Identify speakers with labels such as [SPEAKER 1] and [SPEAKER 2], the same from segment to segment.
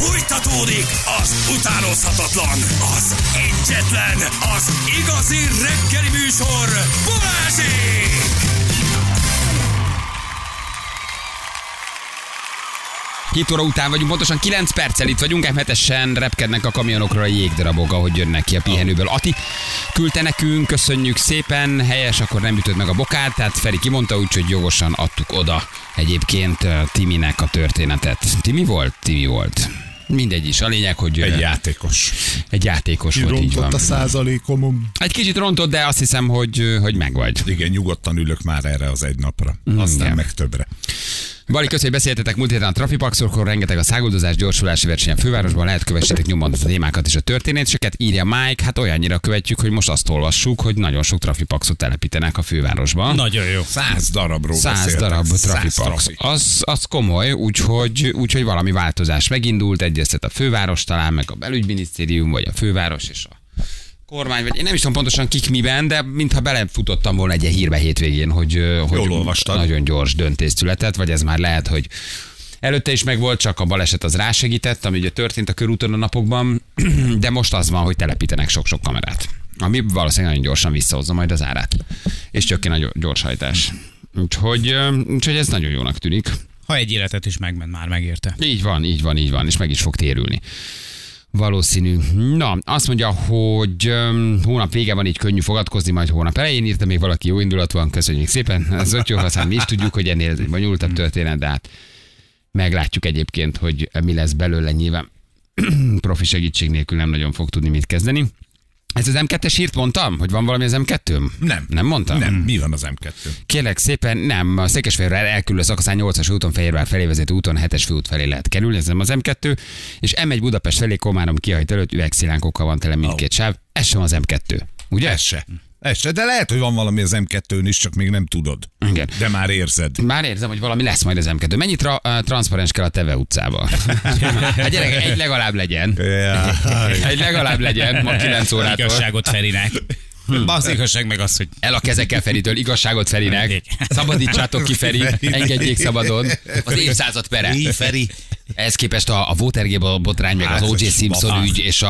[SPEAKER 1] Fújtatódik az utánozhatatlan, az egyetlen, az igazi reggeli műsor, Balázsék!
[SPEAKER 2] 7 óra után vagyunk, pontosan 9 perccel itt vagyunk, M7-esen repkednek a kamionokra a jégdarabok, ahogy jönnek ki a pihenőből. Ati küldte nekünk, köszönjük szépen, helyes, akkor nem ütöd meg a bokát, tehát Feri kimondta, úgyhogy jogosan adtuk oda egyébként Timinek a történetet. Timi volt. Mindegy is, a lényeg, hogy...
[SPEAKER 3] Egy játékos.
[SPEAKER 2] Egy játékos volt, így van.
[SPEAKER 4] A százalékomon.
[SPEAKER 2] Egy kicsit rontott, de azt hiszem, hogy megvagy.
[SPEAKER 3] Igen, nyugodtan ülök már erre az egy napra. Aztán
[SPEAKER 2] igen.
[SPEAKER 3] meg többre.
[SPEAKER 2] Bali, köszönjük, hogy beszéltetek múlt héten a Trafipaxokról, rengeteg a száguldozás, gyorsulási verseny a fővárosban, lehet kövessétek nyomon a témákat és a történeteket, írja Mike, hát olyannyira követjük, hogy most azt olvassuk, hogy nagyon sok Trafipaxot telepítenek a fővárosban.
[SPEAKER 5] Nagyon jó.
[SPEAKER 3] 100 darabról
[SPEAKER 2] 100 darab Trafipax. Az komoly, úgyhogy valami változás megindult, egyeztet a főváros talán, meg a belügyminisztérium, vagy a főváros és a kormány, vagy én nem is tudom pontosan kik miben, de mintha belefutottam volna egy hírbe hétvégén, hogy nagyon gyors döntés született, vagy ez már lehet, hogy előtte is megvolt, csak a baleset az rásegített, ami ugye történt a körúton a napokban, de most az van, hogy telepítenek sok-sok kamerát, ami valószínűleg nagyon gyorsan visszahozza majd az árát, és csökken a gyorshajtás. Úgyhogy ez nagyon jónak tűnik.
[SPEAKER 5] Ha egy életet is megment, már megérte.
[SPEAKER 2] Így van, és meg is fog térülni. Valószínű. Na, azt mondja, hogy hónap vége van, így könnyű fogadkozni, majd hónap elején írta még valaki jó indulatúan, köszönjük szépen. Az jó, aztán mi is tudjuk, hogy ennél egy bonyolultabb történet, de hát meglátjuk egyébként, hogy mi lesz belőle, nyilván profi segítség nélkül nem nagyon fog tudni mit kezdeni. Ez az M2-es hírt mondtam, hogy van valami az M2-m?
[SPEAKER 3] Nem.
[SPEAKER 2] Nem mondtam?
[SPEAKER 3] Nem, mi van az M2?
[SPEAKER 2] Kérlek szépen, nem, a Székesfehérvár elkülönő szakaszán 8-as úton, Fehérvár felé vezető úton 7-es főút felé lehet kerülni, ez nem az M2, és M1 Budapest felé Komárom kihajt előtt üvegszilánkokkal van tele mindkét sáv, ez sem az M2, ugye?
[SPEAKER 3] Ez se, de lehet, hogy van valami az M2-n is, csak még nem tudod.
[SPEAKER 2] Igen.
[SPEAKER 3] De már érzed.
[SPEAKER 2] Már érzem, hogy valami lesz majd az M2. Mennyi transzparens kell a Teve utcába? Hát gyerek, egy legalább legyen. Egy legalább legyen ma 9 órától.
[SPEAKER 5] Igazságot Ferinek. Az igazság meg az, hogy...
[SPEAKER 2] El a kezekkel Feritől, igazságot Ferinek. Szabadítsátok ki Feri, engedjék szabadon. Az évszázad pere.
[SPEAKER 3] Feri.
[SPEAKER 2] Ehhez képest a Watergate botrány, meg az O.J. Simpson ügy, és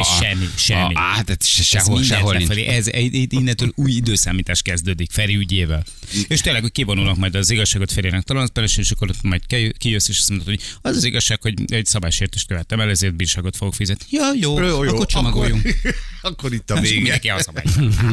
[SPEAKER 5] semmi.
[SPEAKER 2] Hát sehol nincs.
[SPEAKER 5] Ez innentől új időszámítás kezdődik Feri ügyével. És tényleg, hogy kivonulnak majd az igazságot Ferinek transzparens, és akkor majd kijössz, és azt mondod, hogy az az igazság, hogy egy szabálysértést követtem el, ezért bírságot fogok fizetni. Ja, jó, akkor csomagoljunk.
[SPEAKER 3] Akkor itt a vége.
[SPEAKER 5] Mindenki elszabálja.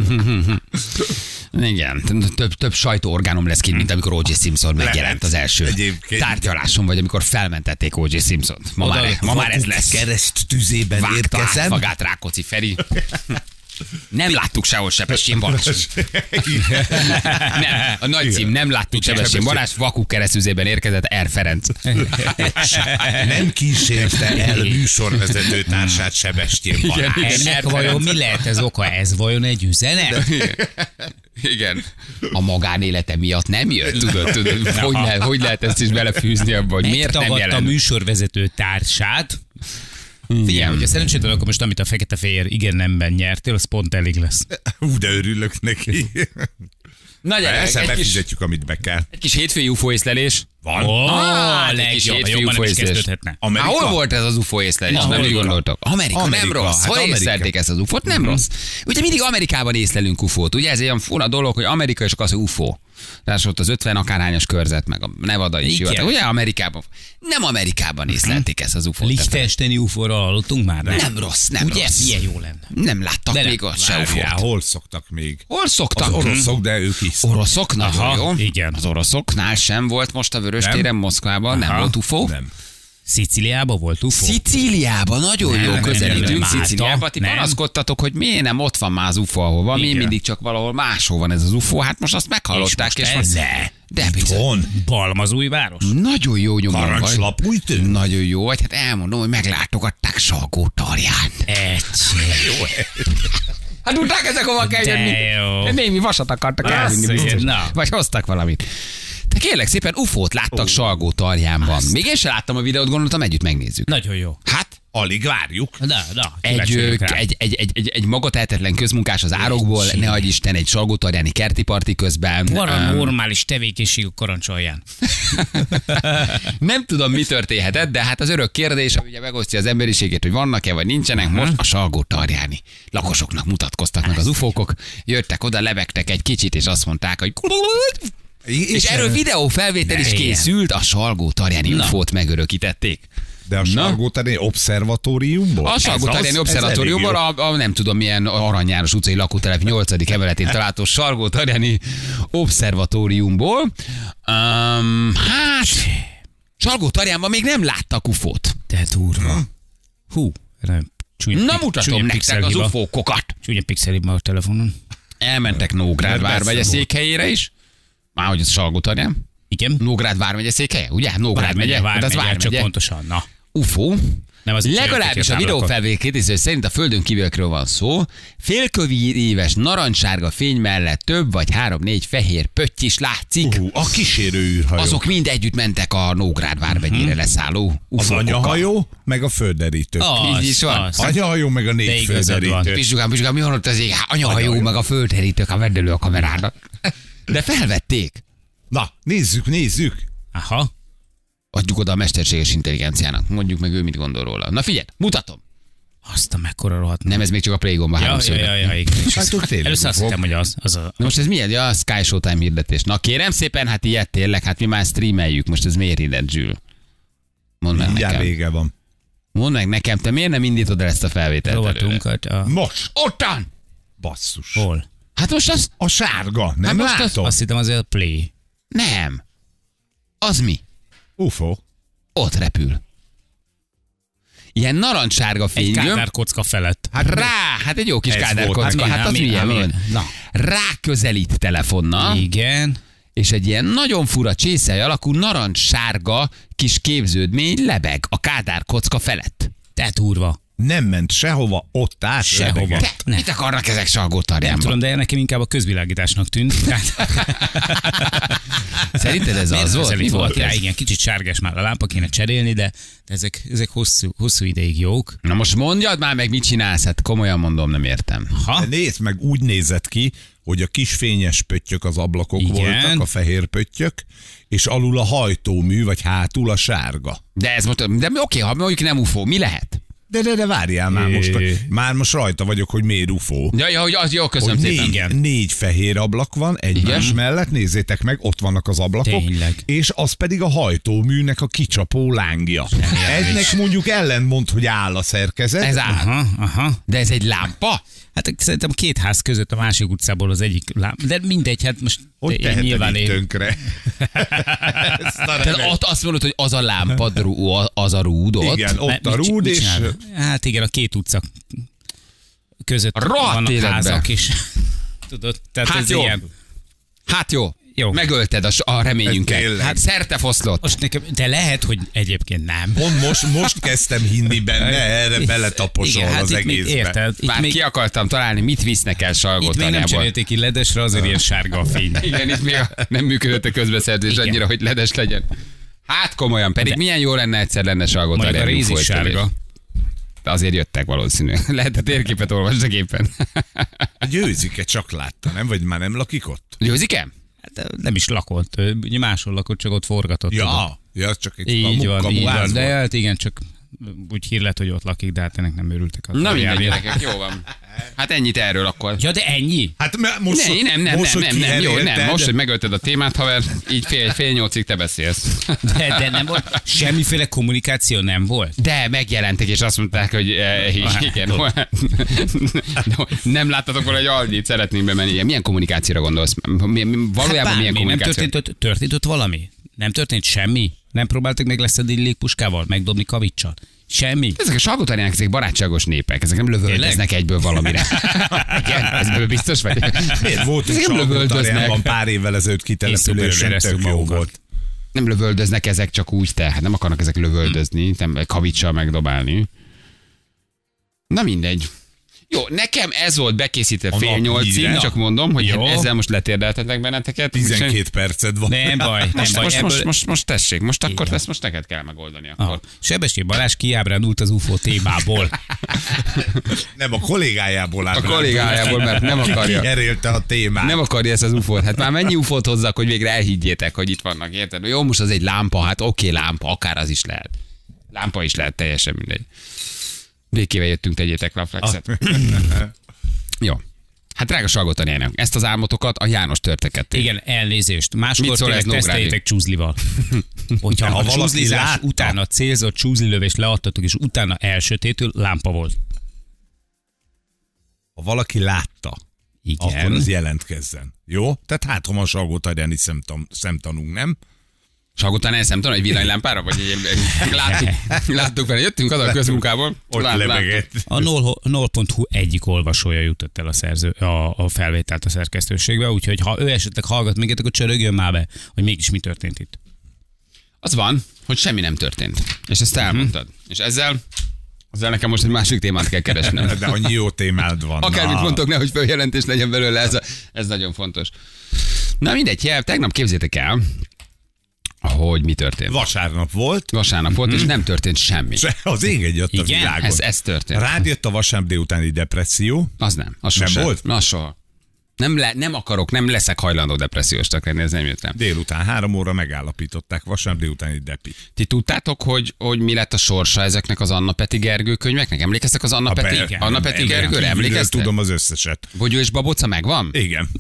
[SPEAKER 2] Igen, több sajtóorgánum lesz ki, mint amikor O.J. Simpson megjelent az első tárgyaláson, vagy amikor felmentették O.J. Simpsont. Ma már ez lesz.
[SPEAKER 3] Kereszt tüzében érkezem.
[SPEAKER 2] Magát Rákóczi Feri. Nem láttuk sehol Sebestyén Balázs. Nem, a nagy cím, nem láttuk Sebestyén Balázs, vakú keresztüzében érkezett R. Ferenc.
[SPEAKER 3] Nem kísérte el műsorvezető társát Sebestyén Balázs.
[SPEAKER 5] Ennek vajon mi lehet ez oka? Ez vajon egy üzenet?
[SPEAKER 2] Igen. A magánélete miatt nem jött, tudod? Hogy lehet ezt is belefűzni abba, hogy miért nem
[SPEAKER 5] jelent?
[SPEAKER 2] jelent?
[SPEAKER 5] A műsorvezető társát. Figyelj, hogyha szerencsétlen, akkor most amit a fekete-fehér igen nemben nyertél, az pont elég lesz.
[SPEAKER 3] De örülök neki.
[SPEAKER 2] Na gyere,
[SPEAKER 3] persze, befizetjük, amit be kell.
[SPEAKER 2] Egy kis hétfői UFO észlelés.
[SPEAKER 3] Van.
[SPEAKER 2] Egy kis hétfői UFO észlelés. Hol volt ez az UFO észlelés? Nem úgy gondoltok. Amerika nem rossz. Hol észlelték ezt az UFO-t? Nem rossz. Ugye mindig Amerikában észlelünk UFO-t. Ugye ez egy olyan fura dolog, hogy Amerika és akkor az UFO. Tehát ott az 50 akárhányas körzet, meg a Nevada is jó. Ugye Amerikában? Nem Amerikában észlelték ezt az UFO-t.
[SPEAKER 5] Liechtensteini UFO-ra hallottunk már?
[SPEAKER 2] Nem rossz.
[SPEAKER 5] Ugye? Ilyen jó lenne.
[SPEAKER 2] Nem láttak még ott se UFO-t.
[SPEAKER 3] Hol szoktak még?
[SPEAKER 2] Hol szoktak?
[SPEAKER 3] Az oroszok, de ők is.
[SPEAKER 2] Oroszok? Nagyon jó.
[SPEAKER 5] Igen.
[SPEAKER 2] Az oroszoknál sem volt most a Vöröstéren, Moszkvában, nem volt UFO.
[SPEAKER 3] Nem.
[SPEAKER 5] Szicíliában volt UFO?
[SPEAKER 2] Szicíliában, nagyon jó, közelítünk
[SPEAKER 5] nem.
[SPEAKER 2] Szicíliában. Ti panaszkodtatok, hogy miért nem ott van már az UFO, ahol van, mi mindig csak valahol máshol van ez az UFO. Hát most azt meghallották, és most... De bizony.
[SPEAKER 5] Balmazújváros?
[SPEAKER 2] Nagyon jó nyomon vagy.
[SPEAKER 3] Karancslapújtő?
[SPEAKER 2] Nagyon jó vagy, hát elmondom, hogy meglátogatták Salgótarján. Hát tudták ezek hova kell jönni? Némi vasat akartak elvinni biztos. Vagy hoztak valamit. De kérlek szépen UFO-t láttak Salgótarjánban. Még én sem láttam a videót, gondoltam együtt megnézzük.
[SPEAKER 5] Nagyon jó.
[SPEAKER 2] Hát?
[SPEAKER 3] Alig várjuk.
[SPEAKER 2] Egy maga tehetetlen közmunkás az árokból, ne adj Isten, egy Salgótarjáni kerti parti közben.
[SPEAKER 5] Paranormális tevékenység a Karancsalján.
[SPEAKER 2] Nem tudom, mi történhetett, de hát az örök kérdés, ami ugye megosztja az emberiségét, hogy vannak-e vagy nincsenek, most a Salgótarjáni lakosoknak mutatkoztak meg az ufókok, jöttek oda, lebegtek egy kicsit, és azt mondták, hogy... És erről videófelvétel is készült, a Salgótarjáni ufót megörökítették.
[SPEAKER 3] De a Salgótarjáni obszervatóriumból?
[SPEAKER 2] A Salgótarjáni obszervatóriumból a nem tudom milyen Arany János utcai lakótelep 8. emeletén található Salgótarjáni obszervatóriumból. Hát, Salgótarjánban még nem láttak ufót.
[SPEAKER 5] De durva. Hú,
[SPEAKER 2] Na mutatom nektek az ufókokat.
[SPEAKER 5] Csúnya pixeliben a telefonon.
[SPEAKER 2] Elmentek Nógrád vármegye székhelyére is. Már hogy ez Salgótarján.
[SPEAKER 5] Igen.
[SPEAKER 2] Nógrád vármegye székhelye, ugye? Nógrád megye.
[SPEAKER 5] Vármegye, csak pontosan. Na.
[SPEAKER 2] UFO.
[SPEAKER 5] Nem az
[SPEAKER 2] legalábbis a videófelvétel szerint a földön kívülekről van szó. Félkövi éves narancssárga fény mellett több vagy 3-4 fehér pötty is látszik.
[SPEAKER 3] A kísérő űrhajó.
[SPEAKER 2] Azok mind együtt mentek a Nógrád vármegyére leszálló
[SPEAKER 3] az anyahajó, meg a földderítő.
[SPEAKER 2] Így is van.
[SPEAKER 3] Anyahajó, meg a 4 földderítő.
[SPEAKER 2] Pizsugám, mi van ott az ég? Anyahajó, meg a földderítők, a vendelő a kamerának. De felvették.
[SPEAKER 3] Na, nézzük.
[SPEAKER 5] Aha.
[SPEAKER 2] Adjuk oda a mesterséges intelligenciának. Mondjuk meg ő mit gondol róla. Na figyelj, mutatom.
[SPEAKER 5] Azt a mekkora rohadt.
[SPEAKER 2] Nem, ez még csak a Play gomba 3
[SPEAKER 5] Először azt hittem, hogy az a...
[SPEAKER 2] Na most ez milyen? Ja, a Sky Showtime hirdetés. Na kérem szépen, hát ilyet tényleg, hát mi már streameljük. Most ez miért ide, Zsül? Mondd meg nekem.
[SPEAKER 3] Vége van.
[SPEAKER 2] Mondd meg nekem, te miért nem indítod el ezt a felvételt előre?
[SPEAKER 3] Most!
[SPEAKER 2] Ottan!
[SPEAKER 3] Basszus.
[SPEAKER 5] Hol?
[SPEAKER 2] Hát most az...
[SPEAKER 3] A sárga, nem
[SPEAKER 2] hát
[SPEAKER 3] látom?
[SPEAKER 5] Azt hittem azért a Play.
[SPEAKER 2] Nem. Az mi?
[SPEAKER 3] UFO.
[SPEAKER 2] Ott repül. Ilyen narancssárga fény.
[SPEAKER 5] Egy kádárkocka felett.
[SPEAKER 2] Hát egy jó kis kádárkocka. Hát az milyen van? Ráközelít telefonnal.
[SPEAKER 5] Igen.
[SPEAKER 2] És egy ilyen nagyon fura csészely alakú narancssárga kis képződmény lebeg a kádárkocka felett.
[SPEAKER 5] Te durva.
[SPEAKER 3] Nem ment sehova, ott át.
[SPEAKER 5] Sehova.
[SPEAKER 2] Mit akarnak ezek Salgótarjánban?
[SPEAKER 5] Nem tudom, de nekem inkább a közvilágításnak tűnt.
[SPEAKER 2] Szerinted ez az volt? Mi volt ez?
[SPEAKER 5] Igen, kicsit sárgás már a lámpa, kéne cserélni, de ezek hosszú ideig jók.
[SPEAKER 2] Na most mondjad már meg, mit csinálsz? Hát komolyan mondom, nem értem.
[SPEAKER 3] De nézd meg, úgy nézett ki, hogy a kis fényes pöttyök az ablakok voltak, a fehér pöttyök, és alul a hajtómű, vagy hátul a sárga.
[SPEAKER 2] De ez most, de oké, ha mondjuk nem UFO, mi lehet?
[SPEAKER 3] De várjál már most rajta vagyok, hogy miért UFO.
[SPEAKER 2] Ja, hogy az jó, köszönöm szépen.
[SPEAKER 3] 4 fehér ablak van egymás mellett, nézzétek meg, ott vannak az ablakok,
[SPEAKER 5] tényleg.
[SPEAKER 3] És az pedig a hajtóműnek a kicsapó lángja. Ennek mondjuk ellentmond, hogy áll a szerkezet.
[SPEAKER 2] Ez áll. Aha. De ez egy lámpa?
[SPEAKER 5] Hát szerintem 2 ház között a másik utcából az egyik lámpa. De mindegy, hát most
[SPEAKER 3] hogy teheted itt tönkre?
[SPEAKER 2] Tehát azt mondod, hogy az a lámpa, az a rúd ott.
[SPEAKER 3] Igen, ott a rúd, és...
[SPEAKER 5] Hát igen, a 2 utca között vannak házak is. Tudod, tehát
[SPEAKER 2] hát
[SPEAKER 5] ez
[SPEAKER 2] jó.
[SPEAKER 5] ilyen.
[SPEAKER 2] Hát jó. Megölted a reményünket. Hát szerte foszlott.
[SPEAKER 5] Most nekem, de lehet, hogy egyébként nem.
[SPEAKER 3] Most kezdtem hinni benne, erre beletaposol
[SPEAKER 5] igen,
[SPEAKER 3] az egészbe.
[SPEAKER 5] Érted?
[SPEAKER 2] Már ki akartam találni, mit visznek el Salgótarjánból.
[SPEAKER 5] Itt még nem cserélték ki ledesre, azért ilyen sárga a fény.
[SPEAKER 2] Igen, itt még nem működött a közbeszerzés annyira, hogy ledes legyen. Hát komolyan, pedig milyen jó lenne egyszer lenne Salgótarján.
[SPEAKER 5] A réz is sárga.
[SPEAKER 2] De azért jöttek valószínűleg. Lehet a térképet olvasd a gépen.
[SPEAKER 3] A Győzike csak látta, nem? Vagy már nem lakik ott?
[SPEAKER 2] Győzike?
[SPEAKER 5] Hát nem is lakott, ugye máshol lakott, csak ott forgatott.
[SPEAKER 3] Ja, csak egy
[SPEAKER 5] így van, de
[SPEAKER 3] volt.
[SPEAKER 5] hát igen, csak úgy hír lett, hogy ott lakik, de hát ennek nem örültek.
[SPEAKER 2] Na mindegy, gyerekek, jó van. Hát ennyit erről akkor.
[SPEAKER 5] Ja, de ennyi?
[SPEAKER 3] Hát most
[SPEAKER 2] nem, jó, nem. Most, hogy megölted a témát, haver, így fél 8-ig te beszélsz.
[SPEAKER 5] De nem volt, semmiféle kommunikáció nem volt.
[SPEAKER 2] De megjelentek, és azt mondták, hogy igen, nem láttatok volna, hogy Algyit szeretnénk bemenni. Milyen kommunikációra gondolsz? Valójában milyen kommunikáció?
[SPEAKER 5] Nem történt ott valami? Nem történt semmi? Nem próbáltak meg leszedni légpuskával, megdobni kavicsal? Semmi.
[SPEAKER 2] Ezek a Salgótarjánok, ezek barátságos népek, ezek nem lövöldöznek egyből valamire. Igen, ez biztos vagy?
[SPEAKER 3] Miért volt egy Salgótarjánban pár évvel ezelőtt kitelepülésen, tök jó volt.
[SPEAKER 2] Nem lövöldöznek ezek csak úgy, hát nem akarnak ezek lövöldözni, nem kavicsal megdobálni. Na mindegy. Jó, nekem ez volt bekészítve
[SPEAKER 3] A
[SPEAKER 2] fél
[SPEAKER 3] nap
[SPEAKER 2] 8-ig,
[SPEAKER 3] híre.
[SPEAKER 2] csak mondom, hogy
[SPEAKER 5] Jó.
[SPEAKER 2] ezzel most letérdeltetek benneteket.
[SPEAKER 3] 12 perced van.
[SPEAKER 5] Nem baj, nem baj.
[SPEAKER 2] Most tessék, most akkor ezt most neked kell megoldani akkor.
[SPEAKER 5] Sebestyén Balázs kiábrándult az UFO témából.
[SPEAKER 3] Nem, a kollégájából
[SPEAKER 2] A kollégájából, mert nem akarja.
[SPEAKER 3] Kiherélte a témát.
[SPEAKER 2] Nem akarja ezt az UFO-t. Hát már mennyi UFO-t hozzak, hogy végre elhiggyétek, hogy itt vannak, érted? Jó, most az egy lámpa, hát oké, lámpa, akár az is lehet. Lámpa is lehet, teljesen mindegy. Békével jöttünk, tegyétek le a flexet. Jó. Hát drága Salgótarjának, ezt az álmotokat a János törteket.
[SPEAKER 5] Igen, elnézést. Máskor
[SPEAKER 2] Mit szól ez,
[SPEAKER 5] tényleg
[SPEAKER 2] Nógrádi?
[SPEAKER 5] teszteljétek csúzlival. Hogyha
[SPEAKER 3] Ha
[SPEAKER 5] a
[SPEAKER 3] valaki
[SPEAKER 5] csúzlizás
[SPEAKER 3] látta.
[SPEAKER 5] utána célzott csúzlilövést leadtatok, és utána elsötétül, lámpa volt.
[SPEAKER 3] Ha valaki látta,
[SPEAKER 5] Igen.
[SPEAKER 3] akkor az jelentkezzen. Jó? Tehát hát, ha van Salgótarjáni szemtanunk, nem?
[SPEAKER 2] Salgótarján nem tudom, egy villanylámpára? Vagy láttuk vele, jöttünk oda a közmunkából.
[SPEAKER 3] Ott lebegett.
[SPEAKER 5] A 0.hu egyik olvasója jutott el a felvételt a szerkesztőségbe, úgyhogy ha ő esetleg hallgat minket, akkor csörögjön már be, hogy mégis mi történt itt.
[SPEAKER 2] Az van, hogy semmi nem történt. És ezt elmondtad. És ezzel nekem most egy másik témát kell keresnem.
[SPEAKER 3] De annyi jó témád van.
[SPEAKER 2] Akármit mondtok, nehogy följelentés legyen belőle, ez nagyon fontos. Na mindegy, tegnap képzétek el, hogy mi történt.
[SPEAKER 3] Vasárnap volt.
[SPEAKER 2] Vasárnap volt, és nem történt semmi.
[SPEAKER 3] Az ég egyet a
[SPEAKER 5] Igen,
[SPEAKER 3] világon.
[SPEAKER 2] Ez történt.
[SPEAKER 3] Rád jött a vasárnap délutáni depresszió.
[SPEAKER 2] Az nem. Az
[SPEAKER 3] Nem
[SPEAKER 2] sose.
[SPEAKER 3] volt?
[SPEAKER 2] Az soha. Nem leszek hajlandó depressziósnak lenni, ez nem jött rám.
[SPEAKER 3] Délután 3 óra megállapították vasárnap délutáni depi.
[SPEAKER 2] Ti tudtátok, hogy mi lett a sorsa ezeknek az Anna Peti Gergő könyveknek? Emlékeztek az Anna Peti Gergőre? Emlékeztek?
[SPEAKER 3] Tudom az összeset.
[SPEAKER 2] Bogyó és Babóca megvan?
[SPEAKER 3] Igen.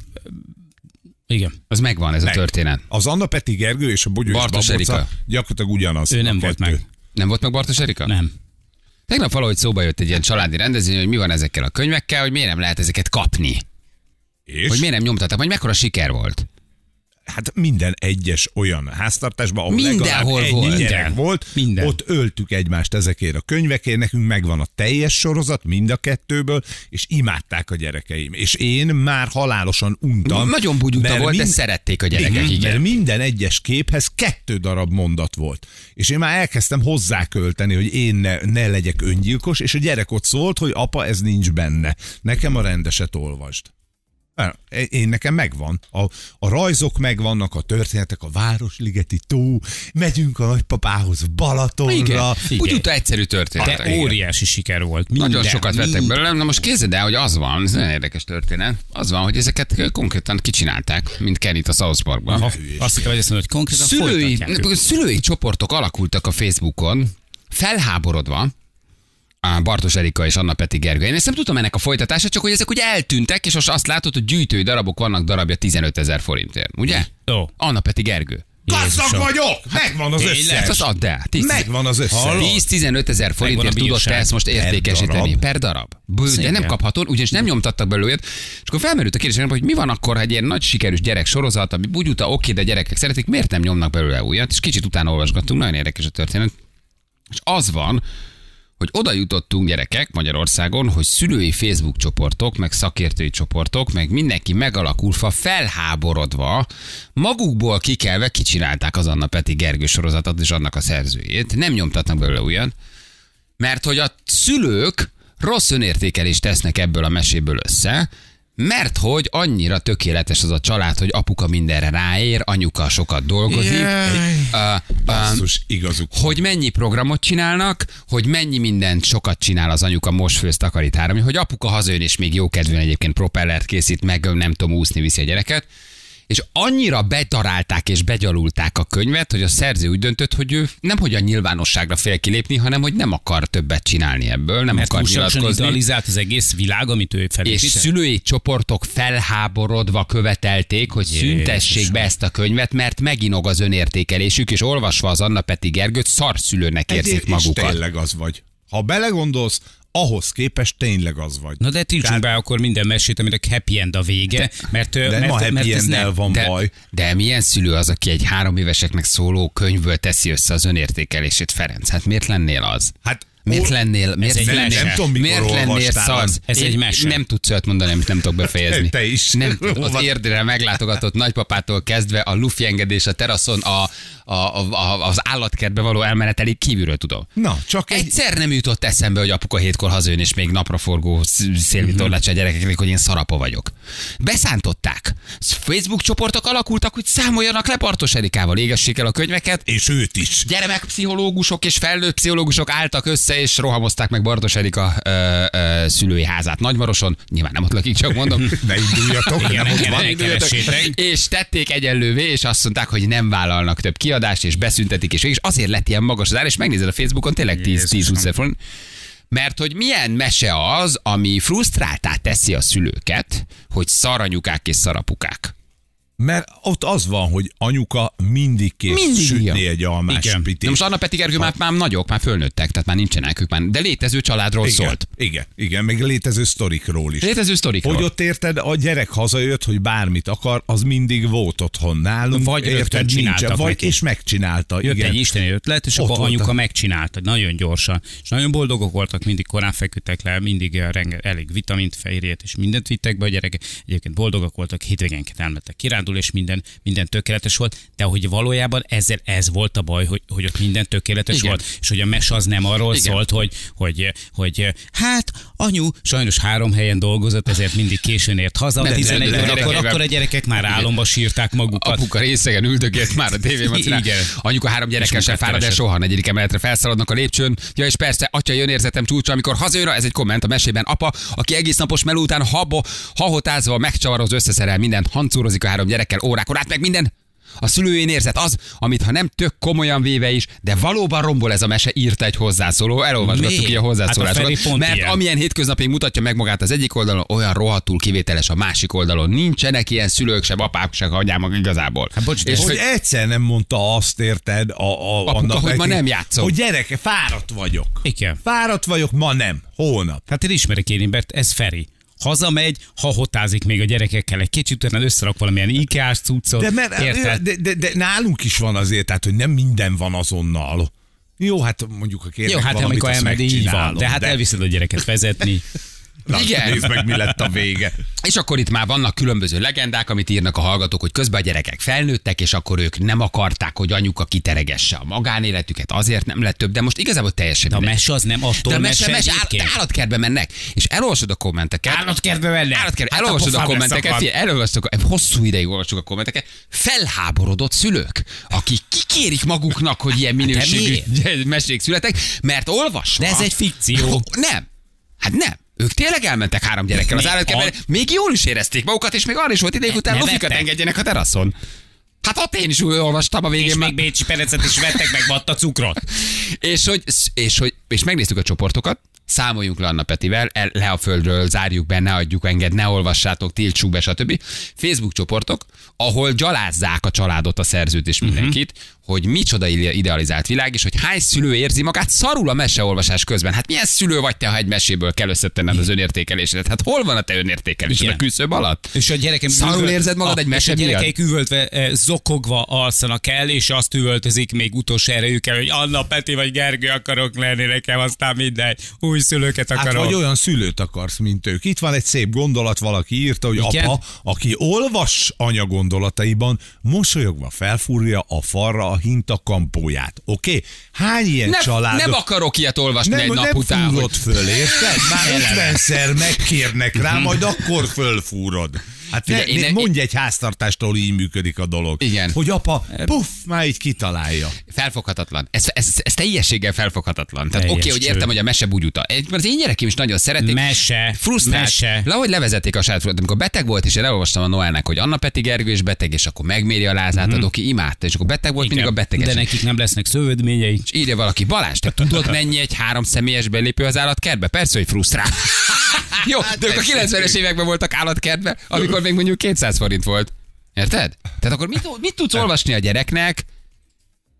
[SPEAKER 5] Igen.
[SPEAKER 2] Az megvan, ez a történet.
[SPEAKER 3] Az Anna Peti Gergő és a Bogyó és
[SPEAKER 2] Bartos
[SPEAKER 3] Babóca
[SPEAKER 2] Erika.
[SPEAKER 3] gyakorlatilag ugyanaz.
[SPEAKER 5] Ő nem
[SPEAKER 3] a
[SPEAKER 5] volt
[SPEAKER 3] kettő.
[SPEAKER 5] meg.
[SPEAKER 2] Nem volt meg Bartos Erika?
[SPEAKER 5] Nem.
[SPEAKER 2] Tegnap valahogy szóba jött egy ilyen családi rendezvény, hogy mi van ezekkel a könyvekkel, hogy miért nem lehet ezeket kapni.
[SPEAKER 3] És?
[SPEAKER 2] Hogy miért nem nyomtattak, vagy mekkora siker volt.
[SPEAKER 3] Hát minden egyes olyan háztartásban, ahol
[SPEAKER 2] Mindenhol
[SPEAKER 3] legalább
[SPEAKER 2] volt.
[SPEAKER 3] ennyi gyerek volt,
[SPEAKER 5] Minden.
[SPEAKER 3] ott öltük egymást ezekért a könyvekért, nekünk megvan a teljes sorozat mind a kettőből, és imádták a gyerekeim. És én már halálosan untam.
[SPEAKER 2] Nagyon bugyuta
[SPEAKER 3] mert
[SPEAKER 2] volt, de szerették a gyerekek,
[SPEAKER 3] Mert
[SPEAKER 2] igen.
[SPEAKER 3] minden egyes képhez 2 darab mondat volt. És én már elkezdtem hozzákölteni, hogy én ne legyek öngyilkos, és a gyerek ott szólt, hogy apa, ez nincs benne. Nekem a rendeset olvasd. Nekem megvan. A rajzok megvannak, a történetek, a Városligeti tó, megyünk a nagypapához Balatonra.
[SPEAKER 2] Igen. Úgy utána egyszerű történetek.
[SPEAKER 5] De óriási siker volt.
[SPEAKER 2] Nagyon sokat vettek belőle. Na most képzeld el, hogy az van, ez nagyon érdekes történet, az van, hogy ezeket konkrétan kicsinálták, mint Kennyt a South Parkban.
[SPEAKER 5] Azt hittem, hogy azt mondod, hogy konkrétan folytatják ők.
[SPEAKER 2] Szülői csoportok alakultak a Facebookon, felháborodva, a Bartos Erika és Anna Peti Gergő. Én ezt nem tudtam ennek a folytatása, csak hogy ezek ugye eltűntek, és most azt látod, hogy gyűjtői darabok vannak darabja 15 000 forintért. Ugye?
[SPEAKER 5] Ó.
[SPEAKER 2] Anna Peti Gergő.
[SPEAKER 3] Gazdag
[SPEAKER 5] Jézusom.
[SPEAKER 3] vagyok! Megvan az
[SPEAKER 5] tényleg?
[SPEAKER 3] összes!
[SPEAKER 2] Az add el.
[SPEAKER 3] Megvan az összes.
[SPEAKER 2] 10-15 000 forintért tudod
[SPEAKER 5] bírság.
[SPEAKER 2] te ezt most értékesíteni.
[SPEAKER 3] darab.
[SPEAKER 2] Per darab. De
[SPEAKER 5] Szépen.
[SPEAKER 2] nem kaphatod, ugyanis nem nyomtattak belőle. És akkor felmerült a kérdés, hogy mi van akkor, ha egy ilyen nagy sikerűs gyerek sorozat, ami bugyuta, oké, de gyerekek szeretik, miért nem nyomnak belőle újat? És kicsit utána olvasgattunk, nagyon érdekes a történet. És az van, hogy oda jutottunk gyerekek Magyarországon, hogy szülői Facebook csoportok, meg szakértői csoportok, meg mindenki megalakulva, felháborodva, magukból kikelve kicsinálták az Anna Peti Gergő sorozatot és annak a szerzőjét. Nem nyomtatnak belőle ugyan, mert hogy a szülők rossz önértékelést tesznek ebből a meséből össze, mert hogy annyira tökéletes az a család, hogy apuka mindenre ráér, anyuka sokat dolgozik,
[SPEAKER 3] Basszus, igazuk.
[SPEAKER 2] hogy mennyi programot csinálnak, hogy mennyi mindent sokat csinál az anyuka, most főz, takarít, három, hogy apuka hazajön és még jókedvűen egyébként propellert készít, meg nem tudom, úszni viszi a gyereket, és annyira bedarálták és begyalulták a könyvet, hogy a szerző úgy döntött, hogy ő nem hogy a nyilvánosságra fél kilépni, hanem hogy nem akar többet csinálni ebből, nem
[SPEAKER 5] Mert
[SPEAKER 2] akar
[SPEAKER 5] túlságosan
[SPEAKER 2] nyilatkozni.
[SPEAKER 5] idealizált az egész világ, amit ő
[SPEAKER 2] És
[SPEAKER 5] felépített.
[SPEAKER 2] szülői csoportok felháborodva követelték, hogy szüntessék be ezt a könyvet, mert meginog az önértékelésük, és olvasva az Anna Peti Gergőt szarszülőnek érzik
[SPEAKER 3] És
[SPEAKER 2] magukat.
[SPEAKER 3] tényleg az vagy. Ha belegondolsz, ahhoz képest tényleg az vagy.
[SPEAKER 5] Na de tiltsunk be akkor minden mesét, aminek happy end a vége, mert
[SPEAKER 3] De ma happy
[SPEAKER 5] ez
[SPEAKER 3] end-nel van baj.
[SPEAKER 2] De milyen szülő az, aki egy 3 éveseknek szóló könyvből teszi össze az önértékelését, Ferenc? Hát miért lennél az?
[SPEAKER 3] Hát
[SPEAKER 2] Miért lennél
[SPEAKER 3] Nem tudom, mikor
[SPEAKER 2] miért lennél
[SPEAKER 3] olvastál.
[SPEAKER 2] szarsz?
[SPEAKER 5] Ez egy mese.
[SPEAKER 2] Nem tudsz olyat mondani, amit nem tudok befejezni.
[SPEAKER 3] Te is.
[SPEAKER 2] Nem, az érdre meglátogatott nagypapától kezdve a lufi engedés a teraszon, az állatkertbe való elmenetelig kívülről tudom.
[SPEAKER 3] Na, csak
[SPEAKER 2] Egyszer nem jutott eszembe, hogy apuka 7-kor hazajön, és még napraforgó szélvitorlácsa a gyerekeknek, hogy én szarapa vagyok. Beszántották. Facebook csoportok alakultak, hogy számoljanak le Bartos Erikával, égessék el a könyveket.
[SPEAKER 3] és őt is.
[SPEAKER 2] Gyermekpszichológusok és felnőtt pszichológusok álltak össze, és rohamozták meg Bartos Erika szülői házát Nagymaroson. Nyilván nem ott lakik, csak mondom.
[SPEAKER 3] Ne induljatok, nem ott van.
[SPEAKER 5] Keressétek.
[SPEAKER 2] És tették egyenlővé, és azt mondták, hogy nem vállalnak több kiadást, és beszüntetik, és azért lett ilyen magas az ár, és megnézed a Facebookon, tényleg 10-20 forint. Mert hogy milyen mese az, ami frusztráltá teszi a szülőket, hogy szaranyukák és szarapukák.
[SPEAKER 3] Mert ott az van, hogy anyuka mindig kész
[SPEAKER 2] Mindig
[SPEAKER 3] sütni
[SPEAKER 2] ilyen.
[SPEAKER 3] egy almás
[SPEAKER 5] Igen.
[SPEAKER 3] pitét.
[SPEAKER 2] De most Anna Peti Gergő már nagyok, már fölnőttek, tehát már nincsenek ők már, de létező családról szólt.
[SPEAKER 3] Igen, meg létező sztorikról is.
[SPEAKER 2] Létező sztorikról.
[SPEAKER 3] Hogy ott érted, a gyerek hazajött, hogy bármit akar, az mindig volt otthon nálunk.
[SPEAKER 5] Vagy rögtön
[SPEAKER 3] érted,
[SPEAKER 5] csináltak
[SPEAKER 3] vagy
[SPEAKER 5] neki.
[SPEAKER 3] és megcsinálta.
[SPEAKER 5] Jött
[SPEAKER 3] igen.
[SPEAKER 5] egy isteni ötlet, és
[SPEAKER 3] Ott
[SPEAKER 5] akkor anyuka
[SPEAKER 3] voltak.
[SPEAKER 5] megcsinálta, nagyon gyorsan. És nagyon boldogok voltak, mindig korán feküdtek le, mindig elég vitamint, fehérjét, és mindent vittek be a gyerekek. Egyébként boldogak voltak, hétvégenként elmentek kirándulni, és minden tökéletes volt, de hogy valójában ezzel ez volt a baj, hogy ott minden tökéletes
[SPEAKER 2] Igen.
[SPEAKER 5] volt, és hogy a mes az nem arról
[SPEAKER 2] Igen.
[SPEAKER 5] szólt, hogy hát anyu sajnos 3 helyen dolgozott, ezért mindig későn ért haza,
[SPEAKER 2] Nem,
[SPEAKER 5] 11
[SPEAKER 2] de
[SPEAKER 5] órakor,
[SPEAKER 2] gyerekek-
[SPEAKER 5] akkor a gyerekek már álomba sírták magukat.
[SPEAKER 2] Apuka részegen üldögélt már a tévében.
[SPEAKER 5] Igen.
[SPEAKER 2] Anyuka 3 gyerekkel
[SPEAKER 5] És
[SPEAKER 2] sem
[SPEAKER 5] munkát
[SPEAKER 2] fárad el
[SPEAKER 5] keresett.
[SPEAKER 2] soha, 4. emeletre felszaladnak a lépcsőn. Ja, és persze, atya jön érzetem csúcsa, amikor hazajön, ez egy komment a mesében. Apa, aki egész napos meló után hahotázva, megcsavaroz, összeszerel mindent, hancúrozik a 3 gyerekkel órákon át, meg minden. A szülőjén érzet az, amit ha nem tök komolyan véve is, de valóban rombol ez a mese, írta egy hozzászóló. Elolvasgattuk
[SPEAKER 5] Miért?
[SPEAKER 2] így a hozzászólásokat.
[SPEAKER 5] Hát a Feri pont
[SPEAKER 2] mert
[SPEAKER 5] ilyen.
[SPEAKER 2] amilyen hétköznapig mutatja meg magát az egyik oldalon, olyan rohadtul kivételes a másik oldalon. Nincsenek ilyen szülők, sem apák, sem anyámak igazából.
[SPEAKER 5] Hát bocs, de
[SPEAKER 2] és
[SPEAKER 3] Hogy egyszer nem mondta azt, érted, annak
[SPEAKER 2] hogy ma
[SPEAKER 3] neki,
[SPEAKER 2] nem játszom.
[SPEAKER 3] Hogy gyereke, fáradt vagyok.
[SPEAKER 5] Igen.
[SPEAKER 3] Fáradt vagyok, ma nem. Holnap.
[SPEAKER 5] Hát én ismerek én embert, ez Feri. Hazamegy, hahotázik még a gyerekekkel egy kicsit, utána összerak valamilyen IKEA-s cuccot. Érted?
[SPEAKER 3] De nálunk is van azért, tehát, hogy nem minden van azonnal. Jó, hát mondjuk, ha kérnek
[SPEAKER 5] Jó, hát
[SPEAKER 3] valamit,
[SPEAKER 5] amikor
[SPEAKER 3] azt
[SPEAKER 5] elmegy, így van.
[SPEAKER 3] megcsinálom,
[SPEAKER 5] De hát elviszed a gyereket vezetni.
[SPEAKER 3] Na,
[SPEAKER 2] Igen.
[SPEAKER 3] Nézd meg, mi lett a vége.
[SPEAKER 2] És akkor itt már vannak különböző legendák, amit írnak a hallgatók, hogy közben a gyerekek felnőttek, és akkor ők nem akarták, hogy anyuka kiteregesse a magánéletüket, azért nem lett több, de most igazából teljesen
[SPEAKER 5] De a
[SPEAKER 2] mindegy.
[SPEAKER 5] mese az nem attól
[SPEAKER 2] De a
[SPEAKER 5] mese egyébként.
[SPEAKER 2] állatkertbe mennek, és elolvasod a kommenteket.
[SPEAKER 5] Állatkertbe mennek?
[SPEAKER 2] Állatkertbe,
[SPEAKER 5] Hát
[SPEAKER 2] elolvasod
[SPEAKER 5] a
[SPEAKER 2] a
[SPEAKER 5] pofám
[SPEAKER 2] kommenteket,
[SPEAKER 5] leszakad.
[SPEAKER 2] figyelj, elolvasod, hosszú ideig olvasok a kommenteket, felháborodott szülők, akik kikérik maguknak, hogy ilyen minőségű mesék születek, mert olvasva...
[SPEAKER 5] De ez egy fikció.
[SPEAKER 2] Nem. Hát nem. Ők tényleg elmentek 3 gyerekkel az
[SPEAKER 5] Mi?
[SPEAKER 2] állatkertbe, még jól is érezték magukat, és még arra is volt idejük, után
[SPEAKER 5] Ne
[SPEAKER 2] lofikat
[SPEAKER 5] vettek?
[SPEAKER 2] engedjenek a teraszon. Hát ott én is úgy olvastam a végén.
[SPEAKER 5] És
[SPEAKER 2] már.
[SPEAKER 5] még bécsi perecet is vettek, meg vatta cukrot.
[SPEAKER 2] És megnéztük a csoportokat, számoljunk le Anna Petivel, le a földről, zárjuk be, ne adjuk enged, ne olvassátok, tiltsuk be, stb. Facebook csoportok, ahol gyalázzák a családot, a szerzőt és mindenkit, hogy micsoda idealizált világ, és hogy hány szülő érzi magát szarul a meseolvasás közben. Hát milyen szülő vagy te, ha egy meséből kell összetenned az önértékelésedet? Hát hol van a te önértékelésed?
[SPEAKER 5] Igen.
[SPEAKER 2] A küszöb alatt?
[SPEAKER 5] És a gyerekem
[SPEAKER 2] Szarul érzed magad egy mese
[SPEAKER 5] és a
[SPEAKER 2] miatt?
[SPEAKER 5] gyerekeik üvöltve, zokogva alszanak el, és azt üvöltözik még utolsó erejükkel, hogy Anna, Peti vagy Gergő akarok lenni nekem, aztán mindegy. Új szülőket
[SPEAKER 3] Hát
[SPEAKER 5] akarok.
[SPEAKER 3] vagy olyan szülőt akarsz, mint ők. Itt van egy szép gondolat, valaki írta, hogy
[SPEAKER 5] Igen?
[SPEAKER 3] apa, aki olvas anya gondolataiban, mosolyogva felfúrja a falra a hinta kampóját. Oké? Hány ilyen család...
[SPEAKER 2] Nem akarok ilyet olvasni egy nap után.
[SPEAKER 3] Nem
[SPEAKER 2] hogy-
[SPEAKER 3] fúrod föl, érted? Már 50-szer megkérnek rá, majd akkor fölfúrod. Hát
[SPEAKER 2] Figyelj,
[SPEAKER 3] figyelj,
[SPEAKER 2] én-
[SPEAKER 3] mondj egy háztartástól, így működik a dolog.
[SPEAKER 2] Igen.
[SPEAKER 3] Hogy apa, puff, már így kitalálja.
[SPEAKER 2] Felfoghatatlan. Ez teljességgel felfoghatatlan. Tehát
[SPEAKER 5] Teljes
[SPEAKER 2] oké, hogy
[SPEAKER 5] cső.
[SPEAKER 2] értem, hogy a mese bugyuta. Az én gyerekem is nagyon szeretik.
[SPEAKER 5] Mese.
[SPEAKER 2] Frusztrált.
[SPEAKER 5] Mese.
[SPEAKER 2] Lahogy levezették a saját frusztrált. Amikor beteg volt, és én elolvastam a Noelnek, hogy Anna Peti Gergő is beteg, és akkor megméri a lázát, aki imádta, és akkor beteg volt, mindig a beteges.
[SPEAKER 5] De nekik nem lesznek szövődményei.
[SPEAKER 2] És írja valaki, Balázs, te tudod mennyi egy 3 személyes belépő az állatkertbe? Persze, hogy frusztrál. Jó, de ők a 90-es években voltak állatkertbe, amikor még mondjuk 200 forint volt. Érted? Tehát akkor mit tudsz olvasni a gyereknek?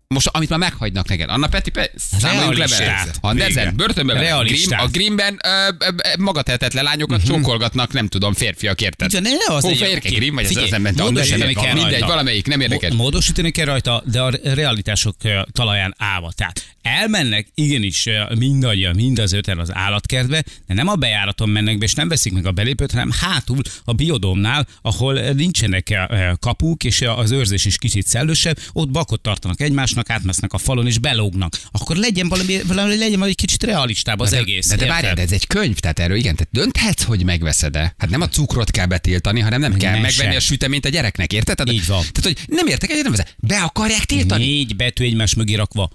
[SPEAKER 2] most amit már meghagynak neked. Anna Peti, számoljunk le vele. A Nezen börtönben a Greenben magatehetetlen lányokat csókolgatnak, nem tudom, férfiak, érted? Hófehérke Green, vagy ez az ember. Mindegy, valamelyik, nem érdekes.
[SPEAKER 5] Módosítani kell rajta, de a realitások talaján állva. Tehát elmennek igenis mindannyian, mind az öten az állatkertbe, de nem a bejáraton mennek be, és nem veszik meg a belépőt, hanem hátul a biodómnál, ahol nincsenek kapuk, és az őrzés is kicsit szellősebb, ott bakot tartanak egymásnak, átmesznek a falon, és belógnak. Akkor legyen valami egy kicsit realistább az egész.
[SPEAKER 2] De várjál, ez egy könyv, tehát erről igen, tehát dönthetsz, hogy megveszed-e. Hát nem a cukrot kell betiltani, hanem nem kell megvenni a süteményt a gyereknek, érted? Tehát,
[SPEAKER 5] így van.
[SPEAKER 2] Tehát, hogy nem értek egyet, nem veszed. Be akarják tiltani?
[SPEAKER 5] 4 betű egymás mögé rakva.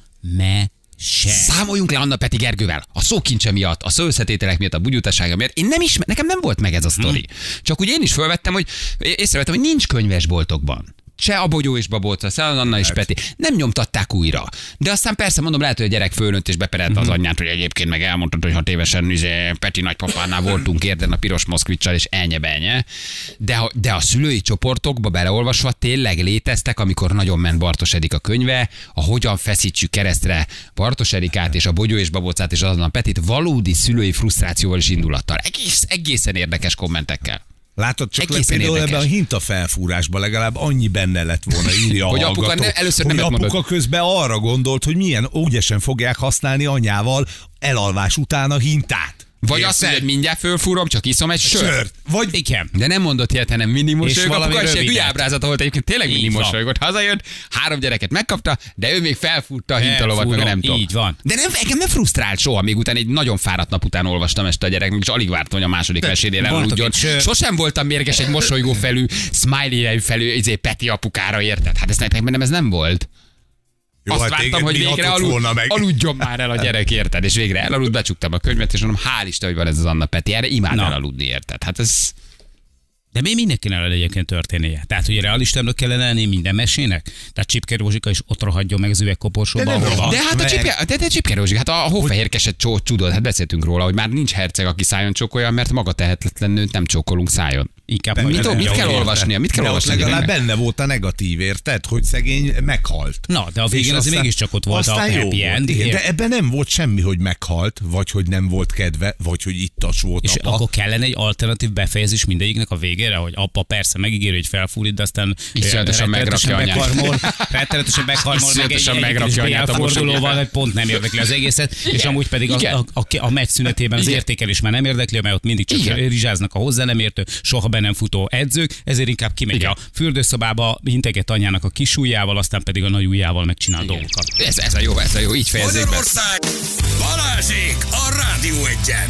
[SPEAKER 2] Számoljunk le Anna Peti Gergővel. A szókincse miatt, a szóösszetételek miatt, a bugyutasága miatt. Én nem nekem nem volt meg ez a sztori. Csak úgy én is felvettem, hogy észrevettem, hogy nincs könyvesboltokban. Se a Bogyó és Babóca, se az Anna és Peti. Nem nyomtatták újra. De aztán persze mondom, lehet, hogy a gyerek fölnőtt és beperelte az anyját, hogy egyébként meg elmondtad, hogy 6 évesen Peti nagypapánál voltunk érden a piros moszkvicsal, és elnye-benye. De a szülői csoportokba beleolvasva tényleg léteztek, amikor nagyon ment Bartos Edik a könyve, a Hogyan feszítsük keresztre Bartos Erikát és a Bogyó és Babócát és az Anna Petit valódi szülői frusztrációval és indulattal. Egészen érdekes kommentekkel.
[SPEAKER 3] Látod, csak például ebben a hintafelfúrásban legalább annyi benne lett volna, írja a
[SPEAKER 2] hogy
[SPEAKER 3] hallgató, hogy apuka közben arra gondolt, hogy milyen ügyesen fogják használni anyával elalvás után a hintát.
[SPEAKER 2] Vagy azt mondja, hogy mindjárt fölfúrom, csak iszom egy sört.
[SPEAKER 5] Vagy igen.
[SPEAKER 2] De nem mondott ilyet, hanem mindig mosolygott.
[SPEAKER 5] valami
[SPEAKER 2] Apuka egy
[SPEAKER 5] rövidet.
[SPEAKER 2] ábrázata volt, egyébként tényleg mindig mosolygott. Hazajött, 3 gyereket megkapta, de ő még felfúrta a hintalovat, meg nem tudom.
[SPEAKER 5] Így van.
[SPEAKER 2] De engem nem frusztrált soha, még utána egy nagyon fáradt nap után olvastam este a gyereknek, és alig vártam, hogy a második mesénél eludjon. Sosem voltam mérges egy mosolygó felül, smiley felül, Peti apukára, érted? Hát ez nem volt.
[SPEAKER 3] Jó,
[SPEAKER 2] azt vártam, hogy végre aludjon már el a gyerek, érted? És végre elaludt, becsuktam a könyvet, és mondom, hál' Isten, hogy van ez az Anna Peti, erre imád elaludni, érted? Hát ez...
[SPEAKER 5] De mi mindenkinek egyébként történnie? Tehát, hogy realistának kellene lenni minden mesének? Tehát Csipke Rózsika is ott rohadjon meg az üvegkoporsóba.
[SPEAKER 2] De hát a Csipke Rózsika, hát a hófehérkeset csúdod, hát beszéltünk róla, hogy már nincs herceg, aki szájon csókolja, mert maga tehetetlen nőt nem csókolunk szájon.
[SPEAKER 5] Inkább
[SPEAKER 2] mit kell olvasnia? Mit kell olvasni?
[SPEAKER 3] Legalább benne volt a negatív, érted? Hogy szegény meghalt.
[SPEAKER 5] Na, de a végén azért mégiscsak ott volt a happy end.
[SPEAKER 3] De ebben nem volt semmi, hogy meghalt, vagy hogy nem volt kedve, vagy hogy ittas volt
[SPEAKER 5] és
[SPEAKER 3] apa.
[SPEAKER 5] akkor kellene egy alternatív befejezés mindegyiknek a végére, hogy apa persze megígéri, hogy felfúrít, de aztán
[SPEAKER 2] rettenetesen megrakja anyát.
[SPEAKER 5] Rettenetesen megharmol meg egy elfordulóval, hogy pont nem érdekli az egészet, és amúgy pedig a meccs szünetében az értékelés már nem érdekli, mert ott mindig csak rizsáznak a hozzá nem értő, soha be nem futó edzők, ezért inkább kimegy a fürdőszobába, integet anyának a kis ujjával, aztán pedig a nagy ujjával megcsinál dolgokat.
[SPEAKER 2] Ez a jó, így fejezzék be.
[SPEAKER 1] Balázsék a Rádió Egyen.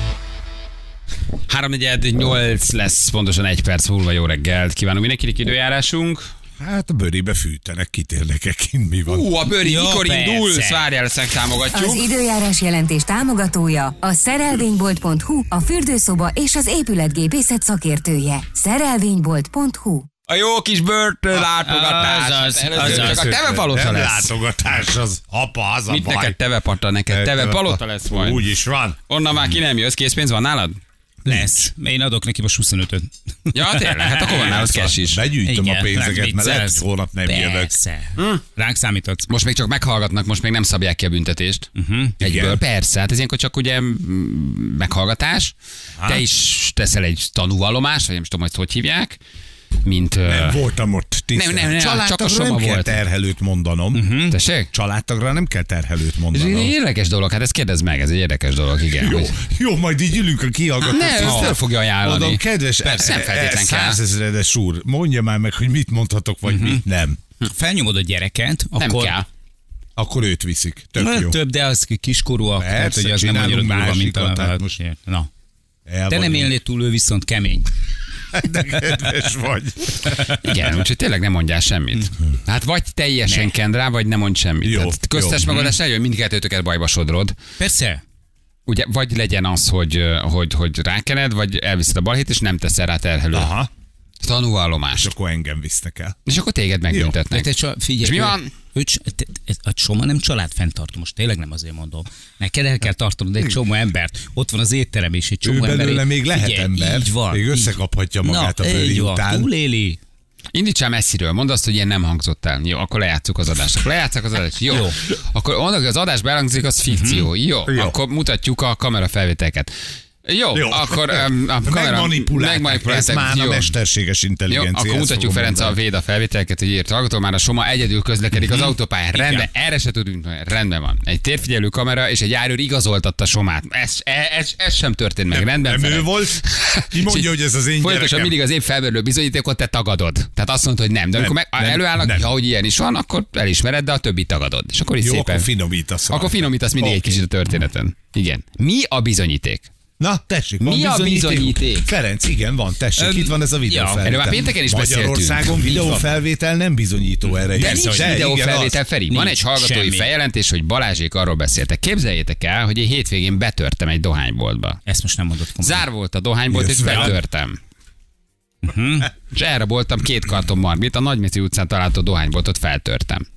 [SPEAKER 2] 3:48 lesz, pontosan 1 perc múlva. Jó reggelt kívánunk mindenkinek, időjárásunk.
[SPEAKER 3] Hát a bőrébe fűtenek, kit érdekel kint mi van.
[SPEAKER 2] A bőri mikor
[SPEAKER 5] persze.
[SPEAKER 2] indul? Várjál, ezt támogatjuk.
[SPEAKER 4] Az időjárás jelentés támogatója a szerelvénybolt.hu, a fürdőszoba és az épületgépészet szakértője. Szerelvénybolt.hu.
[SPEAKER 2] A jó kis börtön látogatás.
[SPEAKER 5] Azaz.
[SPEAKER 2] A tevepalota
[SPEAKER 3] Nem
[SPEAKER 2] lesz.
[SPEAKER 3] látogatás, az apa, az a
[SPEAKER 2] Mit
[SPEAKER 3] baj.
[SPEAKER 2] neked tevepata, neked tevepalota lesz majd.
[SPEAKER 3] Úgy is van.
[SPEAKER 2] Onnan már ki nem jössz, készpénz van nálad?
[SPEAKER 5] Lesz. Én adok neki most 25-öt.
[SPEAKER 2] Ja, tényleg, hát akkor van nálad cash is.
[SPEAKER 3] Begyűjtöm a pénzeket, mert
[SPEAKER 5] viccelsz.
[SPEAKER 3] lehet, hogy holnap nem jövök.
[SPEAKER 5] Persze. Ránk számíthatsz.
[SPEAKER 2] Most még csak meghallgatnak, most még nem szabják ki a büntetést. Egyből,
[SPEAKER 3] Igen.
[SPEAKER 2] persze. Hát ez ilyenkor csak ugye meghallgatás. Te is teszel egy tanúvallomást, vagy nem is tudom, hogy ezt hogy hívják. Mint...
[SPEAKER 3] Nem voltam ott.
[SPEAKER 2] Nem, csak a
[SPEAKER 3] Családtagra
[SPEAKER 2] soma
[SPEAKER 3] nem kell
[SPEAKER 2] volt.
[SPEAKER 3] terhelőt mondanom.
[SPEAKER 2] Tessék?
[SPEAKER 3] Családtagra nem kell terhelőt
[SPEAKER 2] Ez egy
[SPEAKER 3] mondanom.
[SPEAKER 2] érdekes dolog, hát ezt kérdezd meg, ez egy érdekes dolog, igen.
[SPEAKER 3] Jó,
[SPEAKER 2] Hogy-
[SPEAKER 3] jó, majd így ülünk a kihallgatót.
[SPEAKER 2] Ne, ezt el fogja ajánlani.
[SPEAKER 3] Mondom, kedves
[SPEAKER 2] Persze, nem feltétlen kell.
[SPEAKER 3] 100 000-es úr, mondja már meg, hogy mit mondhatok, vagy mit nem.
[SPEAKER 5] Felnyomod a gyereket,
[SPEAKER 2] Nem
[SPEAKER 5] akkor...
[SPEAKER 2] kell.
[SPEAKER 3] Akkor őt viszik. Tök jó.
[SPEAKER 5] Több, de az kiskorúak,
[SPEAKER 3] Persze,
[SPEAKER 5] tehát hogy az nem annyira
[SPEAKER 3] csinálunk
[SPEAKER 5] durva, mint
[SPEAKER 3] másikat,
[SPEAKER 5] a...
[SPEAKER 3] tehát most-
[SPEAKER 5] Na.
[SPEAKER 3] El
[SPEAKER 5] Te nem
[SPEAKER 3] vagyunk.
[SPEAKER 5] élnél túl, ő viszont kemény.
[SPEAKER 3] De kedves vagy.
[SPEAKER 2] Igen, úgyhogy tényleg nem mondjál semmit. Hát vagy teljesen kend rá, vagy nem mondj semmit.
[SPEAKER 3] Jó,
[SPEAKER 2] Tehát köztes
[SPEAKER 3] jó.
[SPEAKER 2] megoldás eljön, mindkettőtöket bajba sodrod.
[SPEAKER 5] Persze.
[SPEAKER 2] Ugye, vagy legyen az, hogy rákened, vagy elviszed a balhét, és nem teszel rá terhelőt.
[SPEAKER 3] Aha, és
[SPEAKER 2] Tanúvallomást.
[SPEAKER 3] akkor engem visznek el.
[SPEAKER 2] És akkor téged
[SPEAKER 5] De
[SPEAKER 2] megbüntetnek.
[SPEAKER 5] te figyelj,
[SPEAKER 2] És mi van?
[SPEAKER 5] A Soma nem családfenntartó, most tényleg nem azért mondom. Neked el kell tartanod egy csomó embert. Ott van az étterem és egy csomó
[SPEAKER 3] Ő
[SPEAKER 5] ember.
[SPEAKER 3] belőle még lehet
[SPEAKER 5] Figyelj,
[SPEAKER 3] ember,
[SPEAKER 5] így van,
[SPEAKER 3] még
[SPEAKER 5] így.
[SPEAKER 3] összekaphatja magát a bőri
[SPEAKER 5] így van,
[SPEAKER 3] után.
[SPEAKER 5] túléli.
[SPEAKER 2] Indítsál messziről, mondd azt, hogy ilyen nem hangzott el. Jó, akkor lejátszuk az adást. Jó. Akkor mondd, hogy az adás belangzik, az fikció. Jó. Akkor mutatjuk a kamerafelvételeket. Jó, akkor a kamera
[SPEAKER 3] megmanipulálták. Ez már a mesterséges intelligencia.
[SPEAKER 2] Jó, akkor mutatjuk Ferenc a Véda felvételket, hogy írt hallgató, már a Soma egyedül közlekedik az autópályán. Rendben, erre se tudunk, rendben van. Egy térfigyelő kamera és egy járőr igazoltatta Somát. Ez sem történt meg, rendben.
[SPEAKER 3] Nem ő volt? Ki mondja, hogy ez az én
[SPEAKER 2] folyamatosan
[SPEAKER 3] gyerekem?
[SPEAKER 2] mindig az én felmerülő bizonyítékot te tagadod. Tehát azt mondod, hogy nem. De amikor előállnak, ha hogy ilyen is van, akkor elismered, de a többi tagadod. És akkor is
[SPEAKER 3] Jó,
[SPEAKER 2] szépen.
[SPEAKER 3] akkor finomítasz.
[SPEAKER 2] Akkor finomítasz mindig egy kicsit a történeten. Igen. Mi a bizonyíték?
[SPEAKER 3] Na, tessék, van
[SPEAKER 2] Mi a bizonyíték?
[SPEAKER 3] Ferenc, igen, van, tessék, itt van ez a videófelvétel.
[SPEAKER 2] erről már pénteken is beszéltünk.
[SPEAKER 3] Magyarországon videófelvétel nem bizonyító erre.
[SPEAKER 2] De nincs videófelvétel, Feri. Van egy hallgatói
[SPEAKER 5] semmi.
[SPEAKER 2] feljelentés, hogy Balázsék arról beszéltek. Képzeljétek el, hogy én hétvégén betörtem egy dohányboltba.
[SPEAKER 5] Ezt most nem mondott komolyan.
[SPEAKER 2] Zár volt a dohánybolt, és betörtem. És elraboltam 2 karton marmit, a Nagymeci utcán található dohányboltot feltörtem.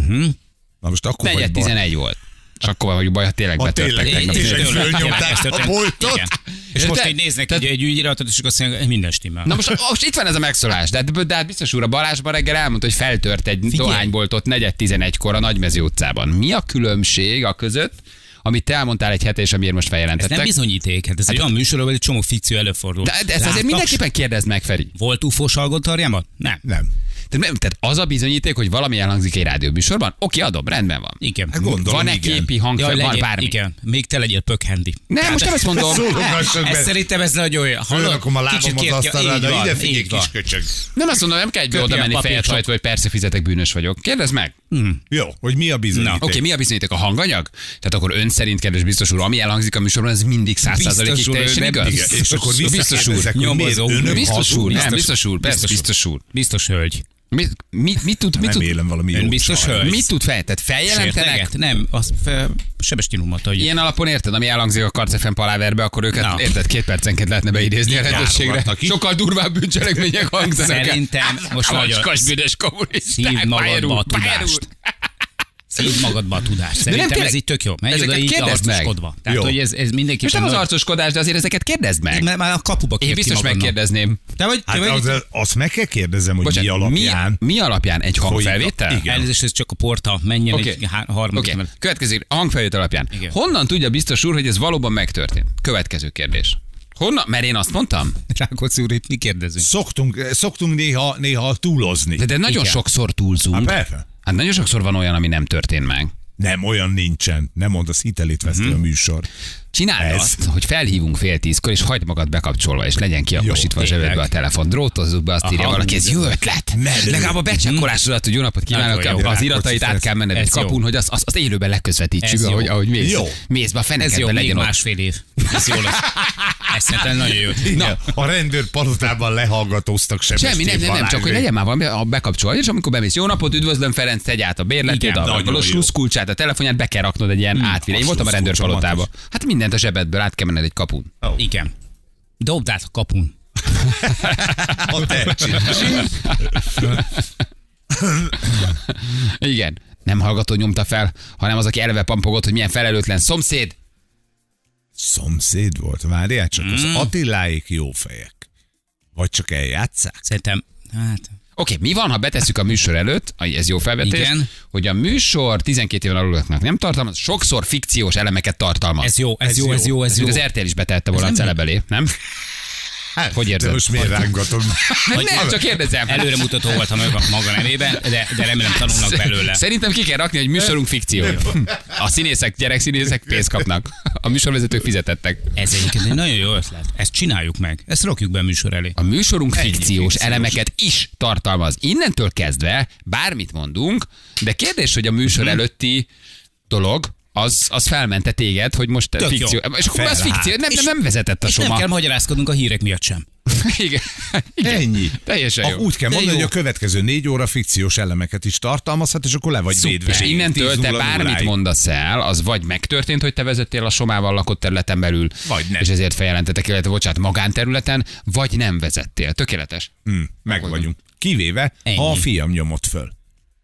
[SPEAKER 3] Na most akkor vagy baj.
[SPEAKER 2] 4-11 volt. És akkor van, hogy baj, ha tényleg betörtek.
[SPEAKER 3] tényleg,
[SPEAKER 2] tegnap.
[SPEAKER 3] tényleg fölnyomták a boltot.
[SPEAKER 5] Igen. És most így néznek egy ügyiratot, és akkor azt mondják, minden stimmel.
[SPEAKER 2] Na most itt van ez a megszólás, de hát biztos úr, a Balázs ma reggel elmondta, hogy feltört egy dohányboltot 4-11-kor a Nagymezi utcában. Mi a különbség a között, amit te elmondtál egy hete, és amiért most
[SPEAKER 5] Ez
[SPEAKER 2] feljelentettek?
[SPEAKER 5] nem bizonyíték, hát ez egy olyan műsor, ahol egy csomó fikció előfordul.
[SPEAKER 2] De ezt azért mindenképpen kérdezd meg, Feri.
[SPEAKER 5] Volt UFO-s algotarjában? Nem.
[SPEAKER 3] Nem.
[SPEAKER 2] Tehát az a bizonyíték, hogy valami elhangzik egy rádióműsorban? Oké, adom, rendben van.
[SPEAKER 5] Igen.
[SPEAKER 3] Hát gondolom,
[SPEAKER 2] Van-e
[SPEAKER 3] igen.
[SPEAKER 2] képi hangfel, van bármi?
[SPEAKER 5] Igen, még te legyél pökhendi.
[SPEAKER 2] Nem, most nem ezt mondom.
[SPEAKER 3] Szólogassak be.
[SPEAKER 5] Ez szerintem ez nagyon jó.
[SPEAKER 3] Fölrakom a lábam az asztalra, de ide figyelj, kis köcsög.
[SPEAKER 2] Nem azt mondom, nem kell egyből oda menni
[SPEAKER 5] papírt,
[SPEAKER 2] fejet hajtva, hogy persze fizetek, bűnös vagyok. Kérdezd meg.
[SPEAKER 3] Jó, hogy mi a bizonyíték?
[SPEAKER 2] Oké, mi a bizonyíték? A hanganyag? Tehát akkor ön szerint, kedves biztos úr, ami elhangzik a műsorban, ez mindig 100%-ig teljesen igaz?
[SPEAKER 3] Igen, és akkor
[SPEAKER 2] biztos úr.
[SPEAKER 3] visszakérdezek, hogy miért önök
[SPEAKER 2] Biztos úr,
[SPEAKER 3] hazudnak?
[SPEAKER 2] nem, biztos úr, persze, biztos úr.
[SPEAKER 5] Biztos hölgy.
[SPEAKER 2] Mit tud
[SPEAKER 3] Remélem valami jó
[SPEAKER 5] Ön biztos
[SPEAKER 3] csaj.
[SPEAKER 5] hölgy.
[SPEAKER 2] mit tud fel? Tehát feljelentenek?
[SPEAKER 5] Sérteget? Nem, azt Sebestyén mondta, hogy
[SPEAKER 2] Ilyen alapon érted, ami elhangzik a Karcefen paláverbe, akkor őket érted 2 percenként lehetne beidézni a rendőrségre.
[SPEAKER 3] járogatnak ki.
[SPEAKER 2] Sokkal durvább bűncselekmények hangzanak.
[SPEAKER 5] Szerintem most nagyon
[SPEAKER 2] Macskos büdös kommunisták.
[SPEAKER 5] szívd magadba a
[SPEAKER 2] Bajer úr.
[SPEAKER 5] tudást. Szívd magadba a tudást. Szerintem
[SPEAKER 2] tényleg,
[SPEAKER 5] ez így tök jó. Menj
[SPEAKER 2] ezeket
[SPEAKER 5] oda így
[SPEAKER 2] kérdezd meg.
[SPEAKER 5] arcoskodva. Tehát,
[SPEAKER 3] Jó.
[SPEAKER 5] hogy ez
[SPEAKER 2] Most
[SPEAKER 5] mindenképpen...
[SPEAKER 2] nem az arcoskodás, de azért ezeket kérdezd meg.
[SPEAKER 5] Mert már a kapuba
[SPEAKER 2] Én
[SPEAKER 5] kért
[SPEAKER 2] biztos
[SPEAKER 5] ki magadnak.
[SPEAKER 2] megkérdezném.
[SPEAKER 5] Te vagy?
[SPEAKER 3] Hát azt meg kell kérdezem, hogy mi alapján.
[SPEAKER 2] Mi alapján? Egy hangfelvétel?
[SPEAKER 3] Igen.
[SPEAKER 5] Elnézést, ez csak a porta, menjen
[SPEAKER 2] Oké.
[SPEAKER 5] egy harmadik.
[SPEAKER 2] Oké. Következő, a hangfelvétel alapján.
[SPEAKER 5] Igen.
[SPEAKER 2] Honnan tudja biztos úr, hogy ez valóban megtörtént? Következő kérdés. Honnan? Mert én azt mondtam.
[SPEAKER 5] Rákóczi úr, itt mi kérdezünk?
[SPEAKER 3] Szoktunk néha túlozni.
[SPEAKER 2] De nagyon
[SPEAKER 5] Igen.
[SPEAKER 2] sokszor túlzunk.
[SPEAKER 3] Persze.
[SPEAKER 2] Hát nagyon sokszor van olyan, ami nem történt meg.
[SPEAKER 3] Nem, olyan nincsen. Nem mondasz, hitelét veszti a műsor.
[SPEAKER 2] Csináld
[SPEAKER 3] Ez.
[SPEAKER 2] azt, hogy felhívunk 9:30-kor, és hagyd magad bekapcsolva, és legyen kiakosítva a
[SPEAKER 5] Jó,
[SPEAKER 2] zsebedbe
[SPEAKER 5] tényleg.
[SPEAKER 2] a telefon. Drótozzuk be, azt írja
[SPEAKER 5] Aha,
[SPEAKER 2] valaki, ez jó ötlet.
[SPEAKER 3] Merő.
[SPEAKER 2] Legalább a becsekkolásodat, hogy jó napot kívánok,
[SPEAKER 5] Nagyon jó.
[SPEAKER 2] az iratait át kell menned egy
[SPEAKER 5] Ez jó.
[SPEAKER 2] kapun, hogy azt élőben leközvetítsük,
[SPEAKER 5] Ez jó.
[SPEAKER 2] ahogy mész.
[SPEAKER 3] Jó.
[SPEAKER 2] Mész be a
[SPEAKER 5] Ez jó,
[SPEAKER 2] fenekedbe,
[SPEAKER 5] még
[SPEAKER 2] legyen ott.
[SPEAKER 5] másfél év. Ez jó lesz. Ez szerintem nagyon jó.
[SPEAKER 3] Igen, a rendőr palotában lehallgatóztak Sebestyén
[SPEAKER 2] Semmi, nem, csak hogy
[SPEAKER 3] Balázsék.
[SPEAKER 2] legyen már valami bekapcsolva, és amikor bemész, jó napot, üdvözlöm Ferenc, tegy át a bérletét,
[SPEAKER 5] Igen,
[SPEAKER 2] a
[SPEAKER 3] nagyon jó.
[SPEAKER 2] sluszkulcsát, a telefonját, be kell raknod egy ilyen átvire. Én voltam a rendőrpalotába. Hát mindent a zsebedből át kell menned egy kapun.
[SPEAKER 5] Igen. Dobd át a kapun.
[SPEAKER 3] A tehetség.
[SPEAKER 2] Igen. Nem hallgató nyomta fel, hanem az, aki eleve pampogott, hogy milyen felelőtlen szomszéd.
[SPEAKER 3] Szomszéd volt, várjál csak, az Attiláék jó fejek. Vagy csak eljátszák?
[SPEAKER 5] Szerintem, hát...
[SPEAKER 2] Oké, mi van, ha betesszük a műsor előtt, ez jó felvetés,
[SPEAKER 5] Igen.
[SPEAKER 2] hogy a műsor 12 éven alulaknak nem tartalmaz, sokszor fikciós elemeket tartalmaz.
[SPEAKER 5] Ez jó.
[SPEAKER 2] Ez
[SPEAKER 5] jó.
[SPEAKER 2] az RTL is betehette volna a celeb elé, nem?
[SPEAKER 3] Hát,
[SPEAKER 2] Hogy érzed?
[SPEAKER 3] De most miért rángatod?
[SPEAKER 2] Nem, csak kérdezem.
[SPEAKER 5] Előremutató volt a maga nevében, de remélem tanulnak belőle.
[SPEAKER 2] Szerintem ki kell rakni, hogy műsorunk fikciója. A színészek, gyerekszínészek pénzt kapnak. A műsorvezetők fizetettek.
[SPEAKER 5] Ez egyébként egy nagyon jó ötlet. Ezt csináljuk meg. Ezt rakjuk be a műsor elé.
[SPEAKER 2] A műsorunk
[SPEAKER 3] Ennyi
[SPEAKER 2] fikciós
[SPEAKER 3] fikciós.
[SPEAKER 2] elemeket is tartalmaz. Innentől kezdve bármit mondunk, de kérdés, hogy a műsor előtti dolog, az felmente téged, hogy most
[SPEAKER 5] Tök
[SPEAKER 2] fikció.
[SPEAKER 5] jó.
[SPEAKER 2] És akkor az
[SPEAKER 3] Felállt.
[SPEAKER 2] fikció, nem vezetett a
[SPEAKER 5] És nem
[SPEAKER 2] Soma.
[SPEAKER 5] kell magyarázkodnunk a hírek miatt sem.
[SPEAKER 2] Igen. Igen.
[SPEAKER 3] Ennyi.
[SPEAKER 2] Teljesen jó.
[SPEAKER 3] Úgy kell
[SPEAKER 5] De
[SPEAKER 3] mondani,
[SPEAKER 5] jó.
[SPEAKER 3] hogy a következő 4 óra fikciós elemeket is tartalmazhat, és akkor le vagy védve.
[SPEAKER 2] És innentől te
[SPEAKER 3] 10:00-ig.
[SPEAKER 2] bármit mondasz el, az vagy megtörtént, hogy te vezettél a Somával lakott területen belül,
[SPEAKER 3] Vagy nem.
[SPEAKER 2] és ezért feljelentettek, illetve bocsánat, magánterületen, vagy nem vezettél. Tökéletes.
[SPEAKER 3] Meg vagyunk. Kivéve,
[SPEAKER 5] Ennyi.
[SPEAKER 3] ha a fiam nyomott föl.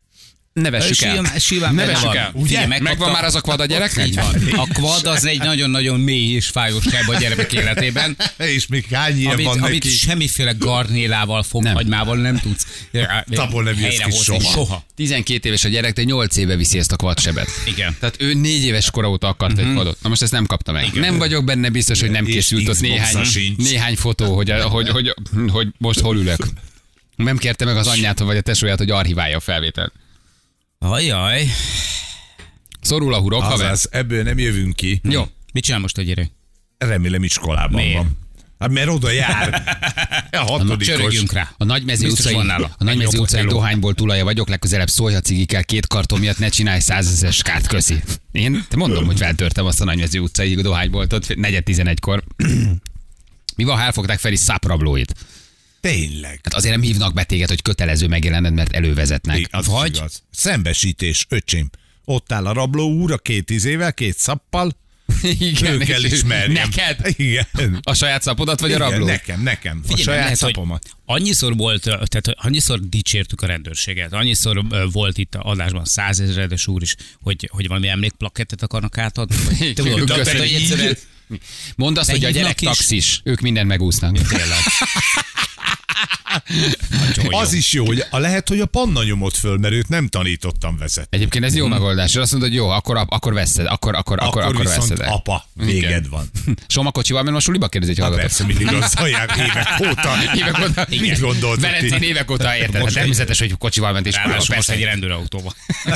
[SPEAKER 2] Nevessük el.
[SPEAKER 5] Simán
[SPEAKER 2] Nevessük el.
[SPEAKER 5] Ugye?
[SPEAKER 2] Megvan már az a kvad a gyereknek?
[SPEAKER 5] Így van. A kvad az egy nagyon-nagyon mély és fájós seb a gyermek életében.
[SPEAKER 3] És még hány ilyen van
[SPEAKER 5] Amit
[SPEAKER 3] neki?
[SPEAKER 5] semmiféle garnélával, fokhagymával nem tudsz
[SPEAKER 3] Abból nem jössz ki
[SPEAKER 5] helyrehozni.
[SPEAKER 3] soha.
[SPEAKER 2] 12 éves a gyerek, de 8 éve viszi ezt a kvadsebet.
[SPEAKER 5] Igen.
[SPEAKER 2] Tehát ő 4 éves kora óta akart egy kvadot. Na most ezt nem kapta meg. Nem vagyok benne biztos, hogy nem
[SPEAKER 3] És
[SPEAKER 2] készült ott
[SPEAKER 3] Xbox-a sincs.
[SPEAKER 2] néhány fotó, hogy most hol ülök. Nem kérte meg az anyjától vagy a tesóját, hogy archiválja a felvételt.
[SPEAKER 5] Ajaj.
[SPEAKER 2] Szorul a hurok, haver.
[SPEAKER 3] Azaz, ebből nem jövünk ki.
[SPEAKER 2] Jó.
[SPEAKER 5] Mit csinál most a gyerek?
[SPEAKER 3] Remélem iskolában
[SPEAKER 5] Miért?
[SPEAKER 3] van. Hát mert oda jár. A hatodikos.
[SPEAKER 5] Csörögjünk rá.
[SPEAKER 2] A Nagymező
[SPEAKER 5] Biztos
[SPEAKER 2] utcai,
[SPEAKER 5] van nála.
[SPEAKER 2] a Nagymező
[SPEAKER 5] Jobb
[SPEAKER 2] utcai
[SPEAKER 5] hello.
[SPEAKER 2] dohányból tulaja vagyok, legközelebb szólj, ha cigikkel 2 karton miatt ne csinálj 100 000 kárt, köszi. Én te mondom, hogy feltörtem azt a Nagymező utcai dohányboltot 4:11-kor. Mi van, ha elfogták Feri szaprablóit?
[SPEAKER 3] Tényleg.
[SPEAKER 2] Hát azért nem hívnak be téged, hogy kötelező megjelened, mert elővezetnek.
[SPEAKER 3] Az
[SPEAKER 2] Vagy
[SPEAKER 3] igaz. Szembesítés, öcsém. Ott áll a rabló úr a 2 izével, 2 szappal.
[SPEAKER 2] igen,
[SPEAKER 3] Ő kell ismerjem.
[SPEAKER 2] Neked?
[SPEAKER 3] Igen.
[SPEAKER 2] A saját szapodat, vagy a
[SPEAKER 3] Igen,
[SPEAKER 2] rabló?
[SPEAKER 3] nekem. A
[SPEAKER 5] Figyelj,
[SPEAKER 3] saját
[SPEAKER 5] lehet, hogy
[SPEAKER 3] szapomat.
[SPEAKER 5] annyiszor volt, tehát annyiszor dicsértük a rendőrséget, annyiszor volt itt a adásban 100 000-es úr is, hogy valami emlékplakettet akarnak átadni. Vagy, te tudod,
[SPEAKER 2] Köszönjük.
[SPEAKER 5] tehát, hogy egyszerűen
[SPEAKER 2] Mondd azt, hogy a
[SPEAKER 5] Behívnak
[SPEAKER 2] gyerek
[SPEAKER 5] is.
[SPEAKER 2] taxis. Ők mindent megúsznak. Tényleg.
[SPEAKER 5] nagyon
[SPEAKER 3] Az
[SPEAKER 5] jó.
[SPEAKER 3] is jó, hogy lehet, hogy a Panna nyomott föl, mert őt nem tanítottam vezetni.
[SPEAKER 2] Egyébként ez jó megoldás. Azt mondod, hogy jó, akkor veszed. Akkor
[SPEAKER 3] viszont
[SPEAKER 2] veszed el.
[SPEAKER 3] apa, véged
[SPEAKER 2] Igen.
[SPEAKER 3] van.
[SPEAKER 2] Soma kocsival, mert most suliba kérdezi egy
[SPEAKER 3] Hát
[SPEAKER 2] hallgató.
[SPEAKER 3] persze, mindig rosszalják évek óta.
[SPEAKER 2] Évek óta.
[SPEAKER 3] Mit gondoltok
[SPEAKER 2] Velencén
[SPEAKER 3] ti?
[SPEAKER 2] évek óta érted. Hát természetes, hogy kocsival ment és
[SPEAKER 5] Ráadásul most
[SPEAKER 2] persze.
[SPEAKER 5] egy rendőrautóba.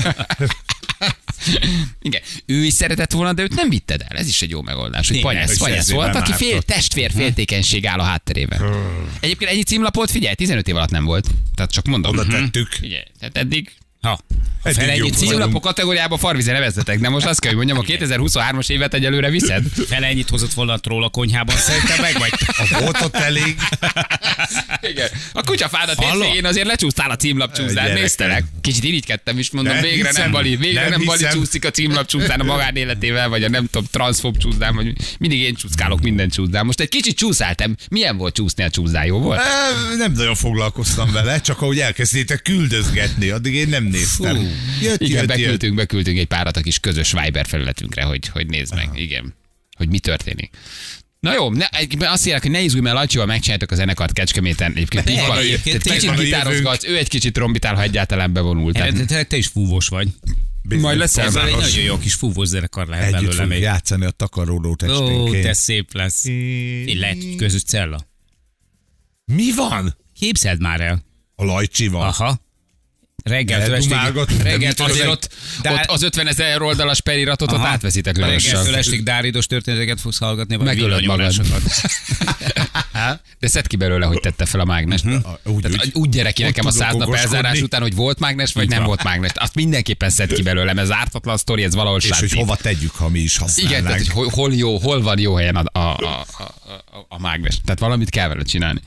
[SPEAKER 2] Igen. Ő is szeretett volna, de őt nem vitted el. Ez is egy jó megoldás. Hogy
[SPEAKER 5] Tényleg,
[SPEAKER 2] panyasz
[SPEAKER 3] hogy
[SPEAKER 2] volt,
[SPEAKER 3] szerzőben
[SPEAKER 2] aki
[SPEAKER 3] mártott.
[SPEAKER 2] testvér féltékenység áll a hátterében. Egyébként ennyi címlapot, figyelj, 15 év alatt nem volt. Tehát csak mondom.
[SPEAKER 3] Oda tettük.
[SPEAKER 2] Figyelj, tehát eddig
[SPEAKER 5] Ha
[SPEAKER 3] Eddig
[SPEAKER 5] fele
[SPEAKER 3] jó
[SPEAKER 5] ennyit
[SPEAKER 3] vagyunk.
[SPEAKER 2] címlapok kategóriába farvize neveztetek, de most azt kell, hogy mondjam, a 2023-as évet egyelőre viszed.
[SPEAKER 5] fele ennyit hozott volna a troll a konyhában, szerintem meg vagy.
[SPEAKER 3] Volt ott elég.
[SPEAKER 2] Igen. A kutyafádat
[SPEAKER 5] Hallod?
[SPEAKER 2] hétvégén azért lecsúsztál a címlapcsúszán,
[SPEAKER 3] Gyerekek.
[SPEAKER 2] néztelek. Kicsit irigykedtem is, mondom,
[SPEAKER 3] Nem
[SPEAKER 2] végre
[SPEAKER 3] hiszem,
[SPEAKER 2] nem Bali, végre nem Bali
[SPEAKER 3] hiszem.
[SPEAKER 2] csúszik a címlapcsúszán a magánéletével, vagy a nem tudom, transzfób csúszdán, vagy mindig én csúszkálok minden csúszdán. Most egy kicsit csúszáltam. Milyen volt csúszni a csúszdán, jó volt?
[SPEAKER 3] Nem nagyon foglalkoztam vele, csak ahogy elkezdtétek küldözgetni, addig én nem néztem.
[SPEAKER 2] Igen, beküldtünk egy párat a kis közös Viber felületünkre, hogy nézd meg, igen, hogy mi történik. Na jó, azt írják, hogy ne izgulj, mert Lancsival megcsináltok a zenekart Kecskeméten. Egyébként így van.
[SPEAKER 5] Egyébként
[SPEAKER 2] Tehát
[SPEAKER 5] tényleg
[SPEAKER 2] kicsit
[SPEAKER 3] van a
[SPEAKER 2] gitározgatsz, ő egy kicsit trombitál, ha egyáltalán bevonult. Tehát
[SPEAKER 5] Te is fúvós vagy.
[SPEAKER 2] majd leszel.
[SPEAKER 5] Ez egy nagyon jó kis fúvós zenekar lehet
[SPEAKER 3] Együtt
[SPEAKER 5] belőle
[SPEAKER 3] fogunk
[SPEAKER 5] még.
[SPEAKER 3] játszani a takaródót
[SPEAKER 5] Ó,
[SPEAKER 3] esténként.
[SPEAKER 5] te szép lesz. Így lehet közös cella.
[SPEAKER 3] Mi van?
[SPEAKER 5] Képzeld már el.
[SPEAKER 3] A Lajcsival.
[SPEAKER 5] Aha. Reggeltől estig.
[SPEAKER 3] Eldumálgatunk, de
[SPEAKER 5] Reggeltől
[SPEAKER 2] Azért
[SPEAKER 5] estig.
[SPEAKER 2] ott az 50 000 oldalas periratot ott
[SPEAKER 5] Aha.
[SPEAKER 2] átveszitek
[SPEAKER 5] Reggeltől
[SPEAKER 2] lassan.
[SPEAKER 5] estig dáridos történeteket fogsz hallgatni, vagy
[SPEAKER 2] Megölöd magad.
[SPEAKER 5] villanyórásokat.
[SPEAKER 2] De szedd ki belőle, hogy tette fel a mágnest. Úgy gyere ki
[SPEAKER 3] Ott
[SPEAKER 2] nekem a
[SPEAKER 3] tudok
[SPEAKER 2] 100 nap
[SPEAKER 3] okoskodni.
[SPEAKER 2] elzárás után, hogy volt mágnes, vagy nem volt mágnes. Azt mindenképpen szedd ki belőle, mert ez ártatlan sztori, ez valahol
[SPEAKER 3] És hogy
[SPEAKER 2] sántít.
[SPEAKER 3] hova tegyük, ha mi is használnánk.
[SPEAKER 2] Igen, tehát hogy hol van jó helyen a mágnes. Tehát valamit kell vele csinálni.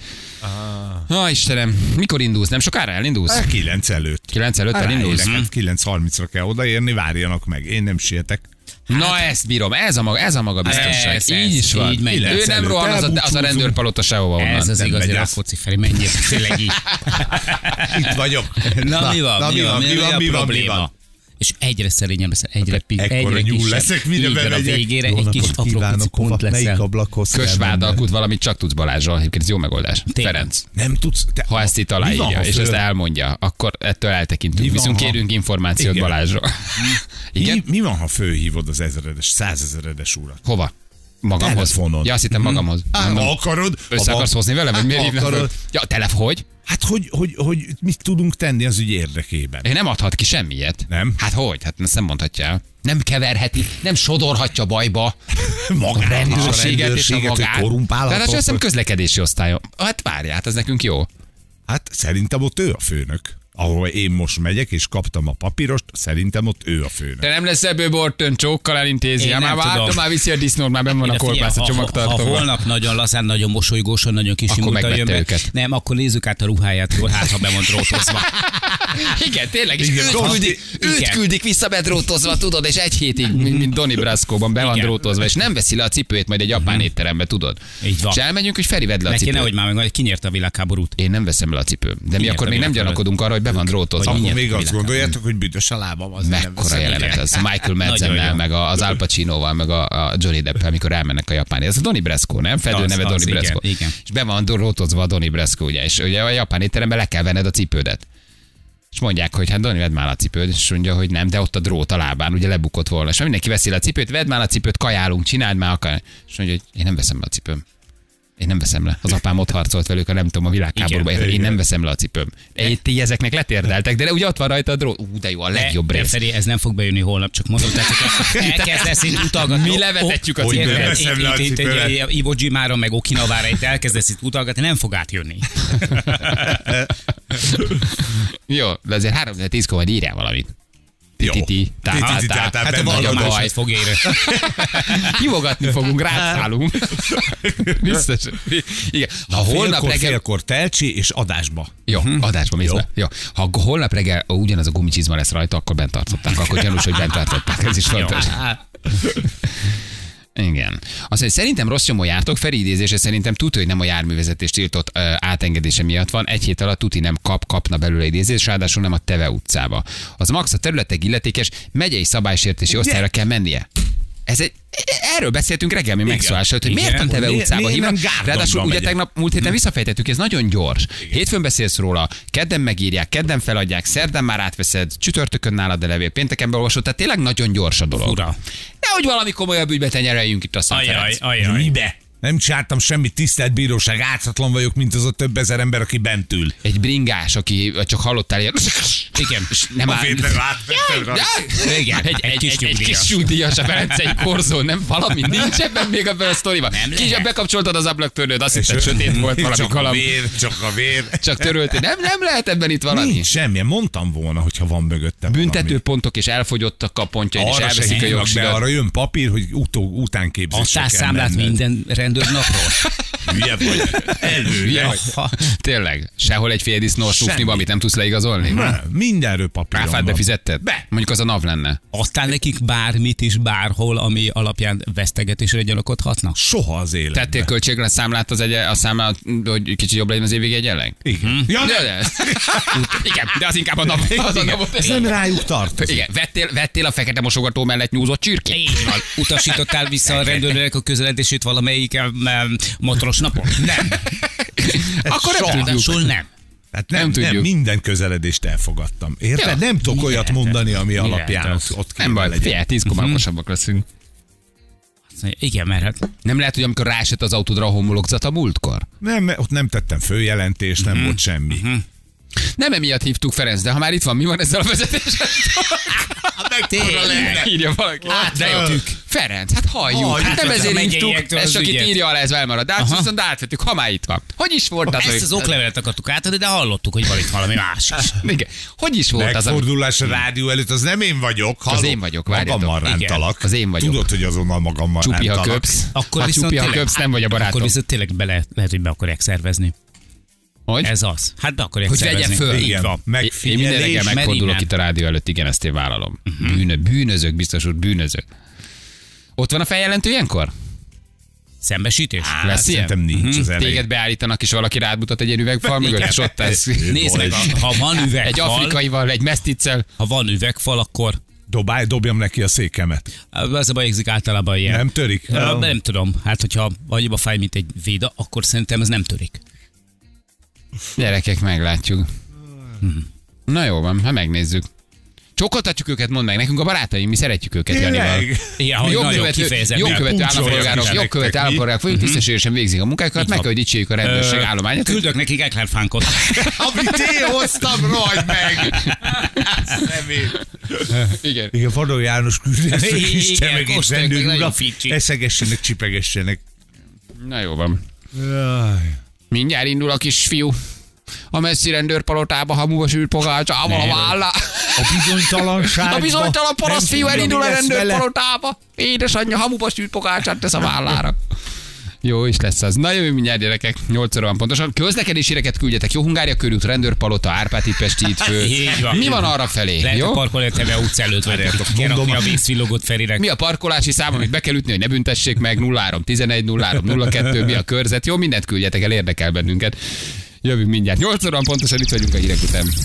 [SPEAKER 2] Istenem, mikor indulsz? Nem sokára elindulsz?
[SPEAKER 3] 9 előtt.
[SPEAKER 2] 9 előtt elindulsz?
[SPEAKER 3] Ráérek, 9:30-ra kell odaérni, várjanak meg. Én nem sietek.
[SPEAKER 2] Na ezt bírom, ez a maga biztonság.
[SPEAKER 5] Ez,
[SPEAKER 2] így is van.
[SPEAKER 5] így megy.
[SPEAKER 2] Ő nem
[SPEAKER 3] előtt
[SPEAKER 2] rohan, az a
[SPEAKER 3] elbúcsúzunk.
[SPEAKER 2] rendőrpalota sehova onnan.
[SPEAKER 5] Ez az
[SPEAKER 3] nem
[SPEAKER 5] igazi
[SPEAKER 3] megy az.
[SPEAKER 5] Rákóczi Feri, menjél tényleg így.
[SPEAKER 3] Itt vagyok.
[SPEAKER 5] Na mi van? Mi a
[SPEAKER 3] mi
[SPEAKER 5] probléma?
[SPEAKER 3] van?
[SPEAKER 5] És egyre szerényebb leszel, egyre
[SPEAKER 3] Ekkora nyúl
[SPEAKER 5] kisebb.
[SPEAKER 3] leszek, mire
[SPEAKER 5] Így van, a
[SPEAKER 3] bemegyek.
[SPEAKER 5] végére
[SPEAKER 3] Jó
[SPEAKER 5] egy kis
[SPEAKER 3] napot
[SPEAKER 5] apró pici
[SPEAKER 3] kívánok, hova,
[SPEAKER 5] pont
[SPEAKER 3] melyik
[SPEAKER 5] leszel.
[SPEAKER 3] ablakhoz kell
[SPEAKER 2] Kösvád
[SPEAKER 3] mennem?
[SPEAKER 2] alkut valamit csak tudsz Balázsról. Egyébként ez jó megoldás.
[SPEAKER 5] Tényleg.
[SPEAKER 2] Ferenc.
[SPEAKER 3] Nem tudsz.
[SPEAKER 2] Ha ezt itt aláírja, és ezt elmondja, akkor ettől eltekintünk.
[SPEAKER 3] Mi van,
[SPEAKER 2] Viszont
[SPEAKER 3] ha-
[SPEAKER 2] kérünk információt
[SPEAKER 3] Igen.
[SPEAKER 2] Balázsról. Igen?
[SPEAKER 3] Mi van, ha fölhívod az 100 000-es urat?
[SPEAKER 2] Hova? Magamhoz?
[SPEAKER 3] Telefonon.
[SPEAKER 2] Ja, azt hittem magamhoz. Mondom,
[SPEAKER 3] Ha akarod.
[SPEAKER 2] össze akarsz hozni vele, vagy miért hívnak föl?
[SPEAKER 3] akarod.
[SPEAKER 2] Ja, hogy?
[SPEAKER 3] Hát hogy mit tudunk tenni az ügy érdekében?
[SPEAKER 2] Ő nem adhat ki semmiet.
[SPEAKER 3] Nem?
[SPEAKER 2] Hát hogy? Hát ezt nem mondhatja el. Nem keverheti, nem sodorhatja bajba
[SPEAKER 3] Magát,
[SPEAKER 2] a rendőrséget és a
[SPEAKER 3] hogy
[SPEAKER 2] magát.
[SPEAKER 3] korrumpálhatott.
[SPEAKER 2] Tehát azt hiszem közlekedési osztályon. Hát várját, ez nekünk jó.
[SPEAKER 3] Hát szerintem ott ő a főnök. Ahol én most megyek, és kaptam a papírost, szerintem ott ő a főnök.
[SPEAKER 2] De nem lesz ebből bortön, csókkal elintézi.
[SPEAKER 5] Én
[SPEAKER 2] Hát már
[SPEAKER 5] nem tudom.
[SPEAKER 2] vártam, már viszi a disznót, már benn van a
[SPEAKER 5] De figyelj,
[SPEAKER 2] kolbász a
[SPEAKER 5] ha
[SPEAKER 2] csomagtartóban.
[SPEAKER 5] holnap nagyon lazán, nagyon mosolygósan, nagyon kisimultan
[SPEAKER 2] megvette
[SPEAKER 5] jön be,
[SPEAKER 2] őket.
[SPEAKER 5] nem, akkor nézzük át a ruháját, jól, hát ha be van drótozva.
[SPEAKER 2] Igen, tényleg, és
[SPEAKER 3] Igen,
[SPEAKER 2] őt
[SPEAKER 5] igen.
[SPEAKER 2] küldik vissza bedrótozva, tudod, és egy hétig, mint Donnie Brasco-ban be van
[SPEAKER 5] Igen.
[SPEAKER 2] drótozva, és nem veszi le a cipőjét majd egy japán étterembe, tudod.
[SPEAKER 5] Így van.
[SPEAKER 2] És elmegyünk, hogy Feri vedd le a
[SPEAKER 5] Neki
[SPEAKER 2] cipőt.
[SPEAKER 5] nehogy már meg kinyerte a világháborút.
[SPEAKER 2] Én nem veszem le a cipőm. De mi
[SPEAKER 5] Miért
[SPEAKER 2] akkor
[SPEAKER 5] a
[SPEAKER 2] még nem
[SPEAKER 5] világháborút?
[SPEAKER 2] gyanakodunk arra, hogy be van drótozva.
[SPEAKER 3] Akkor
[SPEAKER 5] Mindjárt
[SPEAKER 3] még azt
[SPEAKER 5] világ.
[SPEAKER 3] gondoljátok, hogy büdös a lábam. Az nem
[SPEAKER 2] Mekkora
[SPEAKER 3] veszem
[SPEAKER 2] jelenet
[SPEAKER 3] észre.
[SPEAKER 2] az. Michael Madsennel,
[SPEAKER 5] Nagyon jó.
[SPEAKER 2] meg az Al Pacinoval, meg a Johnny Depp, amikor elmennek a Japáni. Ez a Donnie Brasco, nem? Fedő
[SPEAKER 5] Az,
[SPEAKER 2] neve
[SPEAKER 5] az,
[SPEAKER 2] Donnie
[SPEAKER 5] igen,
[SPEAKER 2] Brasco.
[SPEAKER 5] igen.
[SPEAKER 2] És be van drótozva a Donnie Brasco, ugye? És ugye a japán étteremben le kell venned a cipődet. És mondják, hogy hát Donnie, vedd már a cipőt, és mondja, hogy nem, de ott a drót a lábán, ugye lebukott volna. És mindenki veszi le a cipőt, vedd már a cipőt, kajálunk, csináld már akar. És mondja, hogy én nem veszem le a cipőm. Én nem veszem le. Az apám ott harcolt velük, a nem tudom, a világháborúban.
[SPEAKER 5] Igen,
[SPEAKER 2] Én nem veszem le a cipőm. Ti ezeknek letérdeltek, de ugye ott van rajta a drót. De jó, a legjobb
[SPEAKER 5] de
[SPEAKER 2] rész.
[SPEAKER 5] Feri, ez nem fog bejönni holnap, csak mondom, tehát hogy elkezdesz itt utalgatni.
[SPEAKER 2] Mi levetetjük a
[SPEAKER 3] Hogy
[SPEAKER 2] cipőt.
[SPEAKER 3] nem veszem le a cipőmet.
[SPEAKER 5] Iwo Jimára, meg Okinavára itt elkezdesz itt utalgatni, nem fog átjönni.
[SPEAKER 2] Jó, de azért 3-10-kor majd írjál valamit.
[SPEAKER 3] Jó.
[SPEAKER 2] Titi,
[SPEAKER 3] Hát
[SPEAKER 5] Hát a
[SPEAKER 3] benne
[SPEAKER 5] valami
[SPEAKER 3] van a
[SPEAKER 5] másod fogja írni.
[SPEAKER 2] Hívogatni fogunk, rászállunk. Biztos. Igen. Ha holnap reggel...
[SPEAKER 3] Félkor telcsi és adásba.
[SPEAKER 2] Jó, adásba mész
[SPEAKER 3] Jó.
[SPEAKER 2] be. Jó. Ha holnap reggel ugyanaz a gumicsizma lesz rajta, akkor bent tartották. Akkor gyanús, hogy bent tartották. Ez is fontos. Igen. Azt mondja, szerintem rossz nyomon jártok, Feri idézése szerintem tudja, hogy nem a járművezetés tiltott átengedése miatt van. Egy hét alatt tuti nem kapna belőle idézés, ráadásul nem a Teve utcába. Az max a területek illetékes megyei szabálysértési osztályra kell mennie. Erről beszéltünk reggel, mi megszólás előtt, hogy
[SPEAKER 5] Igen.
[SPEAKER 2] miért a Teve utcába
[SPEAKER 3] miért
[SPEAKER 2] hívnak.
[SPEAKER 3] nem Gárdonba
[SPEAKER 2] Ráadásul ugye
[SPEAKER 3] megyek?
[SPEAKER 2] tegnap, múlt héten visszafejtettük, ez nagyon gyors. Hétfőn beszélsz róla, kedden megírják, kedden feladják, szerdán már átveszed, csütörtökön nálad a levél, pénteken beolvasod, tehát tényleg nagyon gyors a dolog.
[SPEAKER 5] Fura.
[SPEAKER 2] Nehogy valami komolyabb ügybe tenyereljünk itt a
[SPEAKER 5] Ajaj,
[SPEAKER 2] Ferenc.
[SPEAKER 5] ajaj.
[SPEAKER 3] Mibe? Nem csináltam semmit, tisztelt bíróság, ártatlan vagyok, mint az a több ezer ember, aki bent ül.
[SPEAKER 2] Egy bringás, aki csak hallottál ilyen...
[SPEAKER 5] Igen.
[SPEAKER 2] És nem áll...
[SPEAKER 5] Igen,
[SPEAKER 2] Egy kis nyugdíjas a Ferencei korzó, nem valami nincs ebben még ebben a sztoriban. Kis, bekapcsoltad az ablaktörlőt, azt hitted sötét volt valami
[SPEAKER 3] Csak a
[SPEAKER 2] kaland.
[SPEAKER 3] vér, csak a vér.
[SPEAKER 2] Csak töröltél. Nem lehet ebben itt valami.
[SPEAKER 3] Nincs semmilyen, mondtam volna, hogyha van mögöttem
[SPEAKER 2] Büntetőpontok és elfogyottak a pontjaid, és
[SPEAKER 3] arra se
[SPEAKER 2] elveszik a
[SPEAKER 3] hívnak be,
[SPEAKER 2] jogsidat.
[SPEAKER 3] arra jön papír, hogy utánképzésre
[SPEAKER 5] Adtál
[SPEAKER 3] kell
[SPEAKER 5] számlát
[SPEAKER 3] menned.
[SPEAKER 5] minden rendőrnapról?
[SPEAKER 3] Hülye vagy. Előre.
[SPEAKER 2] Jaj, tényleg, sehol egy fél disznó
[SPEAKER 3] Semmi.
[SPEAKER 2] sufniba, amit nem tudsz leigazolni?
[SPEAKER 3] Nem, mindenről papírom
[SPEAKER 2] Áfát
[SPEAKER 3] van.
[SPEAKER 2] befizetted?
[SPEAKER 3] Be.
[SPEAKER 2] Mondjuk az a NAV lenne.
[SPEAKER 5] Adtál nekik bármit is bárhol, ami alapján vesztegetésre gyanakodhatnak?
[SPEAKER 3] Soha az életben.
[SPEAKER 2] Tettél költségre számlát a számlát, hogy kicsit jobb legyen az évvége egyenleg?
[SPEAKER 3] Igen. Ja,
[SPEAKER 2] Igen, de az inkább a NAV. Az a NAV-ot
[SPEAKER 3] ez nem rájuk tartozik.
[SPEAKER 2] Igen, vettél a fekete mosogató mellett nyúzott csirkét?
[SPEAKER 5] Így van. Utasítottál vissza a rendőrnek a közeledését valamelyik motoros napon? Nem.
[SPEAKER 2] Akkor nem tudjuk.
[SPEAKER 5] Ráadásul nem.
[SPEAKER 3] Hát
[SPEAKER 2] Nem
[SPEAKER 3] nem,
[SPEAKER 2] tudjuk.
[SPEAKER 3] nem minden közeledést elfogadtam. Érted?
[SPEAKER 2] Ja.
[SPEAKER 3] Nem tudok olyat
[SPEAKER 5] lehet
[SPEAKER 3] mondani, ami
[SPEAKER 5] Mi
[SPEAKER 3] alapján
[SPEAKER 5] lehet az?
[SPEAKER 3] ott
[SPEAKER 2] Nem
[SPEAKER 3] kéne
[SPEAKER 2] baj,
[SPEAKER 3] legyen.
[SPEAKER 2] figyelj, 10-kor már okosabbak leszünk.
[SPEAKER 5] Igen, mert hát
[SPEAKER 2] Nem lehet, hogy amikor rásett az autódra a homologzat a múltkor?
[SPEAKER 3] Nem, ott nem tettem följelentést, nem volt semmi.
[SPEAKER 2] Nem emiatt hívtuk Ferenc, de ha már itt van, mi van ezzel a vezetéssel?
[SPEAKER 5] tényleg.
[SPEAKER 2] Írja valaki.
[SPEAKER 3] Átvettük.
[SPEAKER 2] Ferenc, hát halljuk. Hát nem
[SPEAKER 5] az
[SPEAKER 2] ezért
[SPEAKER 5] a
[SPEAKER 2] hívtuk,
[SPEAKER 5] megyeiek
[SPEAKER 2] ez csak itt
[SPEAKER 5] ügyet.
[SPEAKER 2] írja alá, ez elmarad. De hát viszont átvettük, ha már itt van. Hogy is volt az,
[SPEAKER 5] Ezt az oklevelet akartuk átadni, de hallottuk, hogy van itt valami más is.
[SPEAKER 2] Igen. Hogy is volt az,
[SPEAKER 3] Megfordulás a rádió előtt, az nem én vagyok.
[SPEAKER 2] Az én vagyok, várjatok.
[SPEAKER 3] Magammal
[SPEAKER 2] Igen,
[SPEAKER 3] rántalak.
[SPEAKER 2] az én vagyok.
[SPEAKER 3] Tudod, hogy azonnal magammal
[SPEAKER 2] Csupi, ha
[SPEAKER 3] rántalak.
[SPEAKER 2] köpsz.
[SPEAKER 5] Akkor
[SPEAKER 2] Ha
[SPEAKER 5] viszont
[SPEAKER 2] csupi, ha
[SPEAKER 5] tényleg-
[SPEAKER 2] köpsz, nem vagy a barátom.
[SPEAKER 5] Akkor viszont tényleg lehet, hogy be akarják szervezni.
[SPEAKER 2] Hogy?
[SPEAKER 5] Ez az. Hát be akarják
[SPEAKER 2] Hogy vegye
[SPEAKER 5] szervezni.
[SPEAKER 2] föl.
[SPEAKER 5] Így
[SPEAKER 3] Igen,
[SPEAKER 5] van.
[SPEAKER 2] Én minden
[SPEAKER 3] megfigyelés.
[SPEAKER 2] reggel megfordulok
[SPEAKER 5] innen.
[SPEAKER 2] itt a rádió előtt, igen, ezt én vállalom. Bűnözők, biztos úr, bűnözők. Ott van a feljelentő ilyenkor?
[SPEAKER 5] Szembesítés?
[SPEAKER 2] Lesz ilyen?
[SPEAKER 3] Szerintem nincs az elején.
[SPEAKER 2] Téged beállítanak, és valaki rád mutat egy ilyen üvegfal mögött, és ott ez.
[SPEAKER 5] Nézd meg, ha van
[SPEAKER 2] Egy
[SPEAKER 5] üvegfal,
[SPEAKER 2] afrikaival, egy meszticcel.
[SPEAKER 5] ha van üvegfal, akkor
[SPEAKER 3] Dobjam neki a székemet.
[SPEAKER 5] az a bajékzik általában ilyen.
[SPEAKER 3] Nem törik?
[SPEAKER 5] Nem tudom. Hát, hogyha annyiba fáj, mint egy véda, akkor szerintem ez nem törik.
[SPEAKER 2] Gyerekek, meglátjuk. Na jó van, ha megnézzük. Csokoltatjuk őket, mondd meg, nekünk a barátaim, mi szeretjük őket, Janival.
[SPEAKER 3] Tényleg?
[SPEAKER 5] Igen, hogy nagyon kifejezetten.
[SPEAKER 2] Jogkövető
[SPEAKER 3] Puncsolják
[SPEAKER 2] állampolgárok,
[SPEAKER 3] is
[SPEAKER 2] jogkövető
[SPEAKER 3] nektek, mi?
[SPEAKER 2] állampolgárok, folyik tisztességesen végzik a munkájukat, meg
[SPEAKER 5] van.
[SPEAKER 2] kell, hogy dicsérjük a rendőrség állományát.
[SPEAKER 5] Küldök nekik eklerfánkot.
[SPEAKER 3] Amit én hoztam, rohagy meg! Szemét.
[SPEAKER 2] Igen.
[SPEAKER 3] Igen, Vadó János küldje ezt a
[SPEAKER 5] Igen,
[SPEAKER 3] kis csemegét
[SPEAKER 5] kóstolják meg,
[SPEAKER 3] vendőgura.
[SPEAKER 5] nagyon ficsi.
[SPEAKER 3] Eszegessenek, csipegessenek.
[SPEAKER 2] Na jó van.
[SPEAKER 3] Jaj.
[SPEAKER 2] Mindjárt indul a kisfiú. A messzi rendőrpalotába hamuba sült pogácsával a vállá.
[SPEAKER 3] A bizonytalanságba.
[SPEAKER 2] A bizonytalan paraszt
[SPEAKER 3] Nem
[SPEAKER 2] fiú
[SPEAKER 3] tudja,
[SPEAKER 2] elindul
[SPEAKER 3] mi
[SPEAKER 2] a
[SPEAKER 3] lesz vele.
[SPEAKER 2] rendőrpalotába. Édesanyja hamuba sült pogácsát tesz a vállára. Jó is lesz az. Na jövő mindjárt, gyerekek. 8 óra van pontosan. Közlekedési híreket küldjetek. Jó, Hungária körút, rendőrpalota, Árpád Pesti hídfő.
[SPEAKER 5] Így van.
[SPEAKER 2] Mi van arra felé?
[SPEAKER 5] Lehet,
[SPEAKER 2] Jó?
[SPEAKER 5] a parkolni a Teve utca előtt vagytok. Kirakni a vészvillogót Ferinek.
[SPEAKER 2] Mi a parkolási szám, amit be kell ütni, hogy ne büntessék meg? 03 11 03 02, mi a körzet? Jó, mindent küldjetek el, érdekel bennünket. Jövünk mindjárt. 8 óra van pontosan, itt vagyunk a hírek után.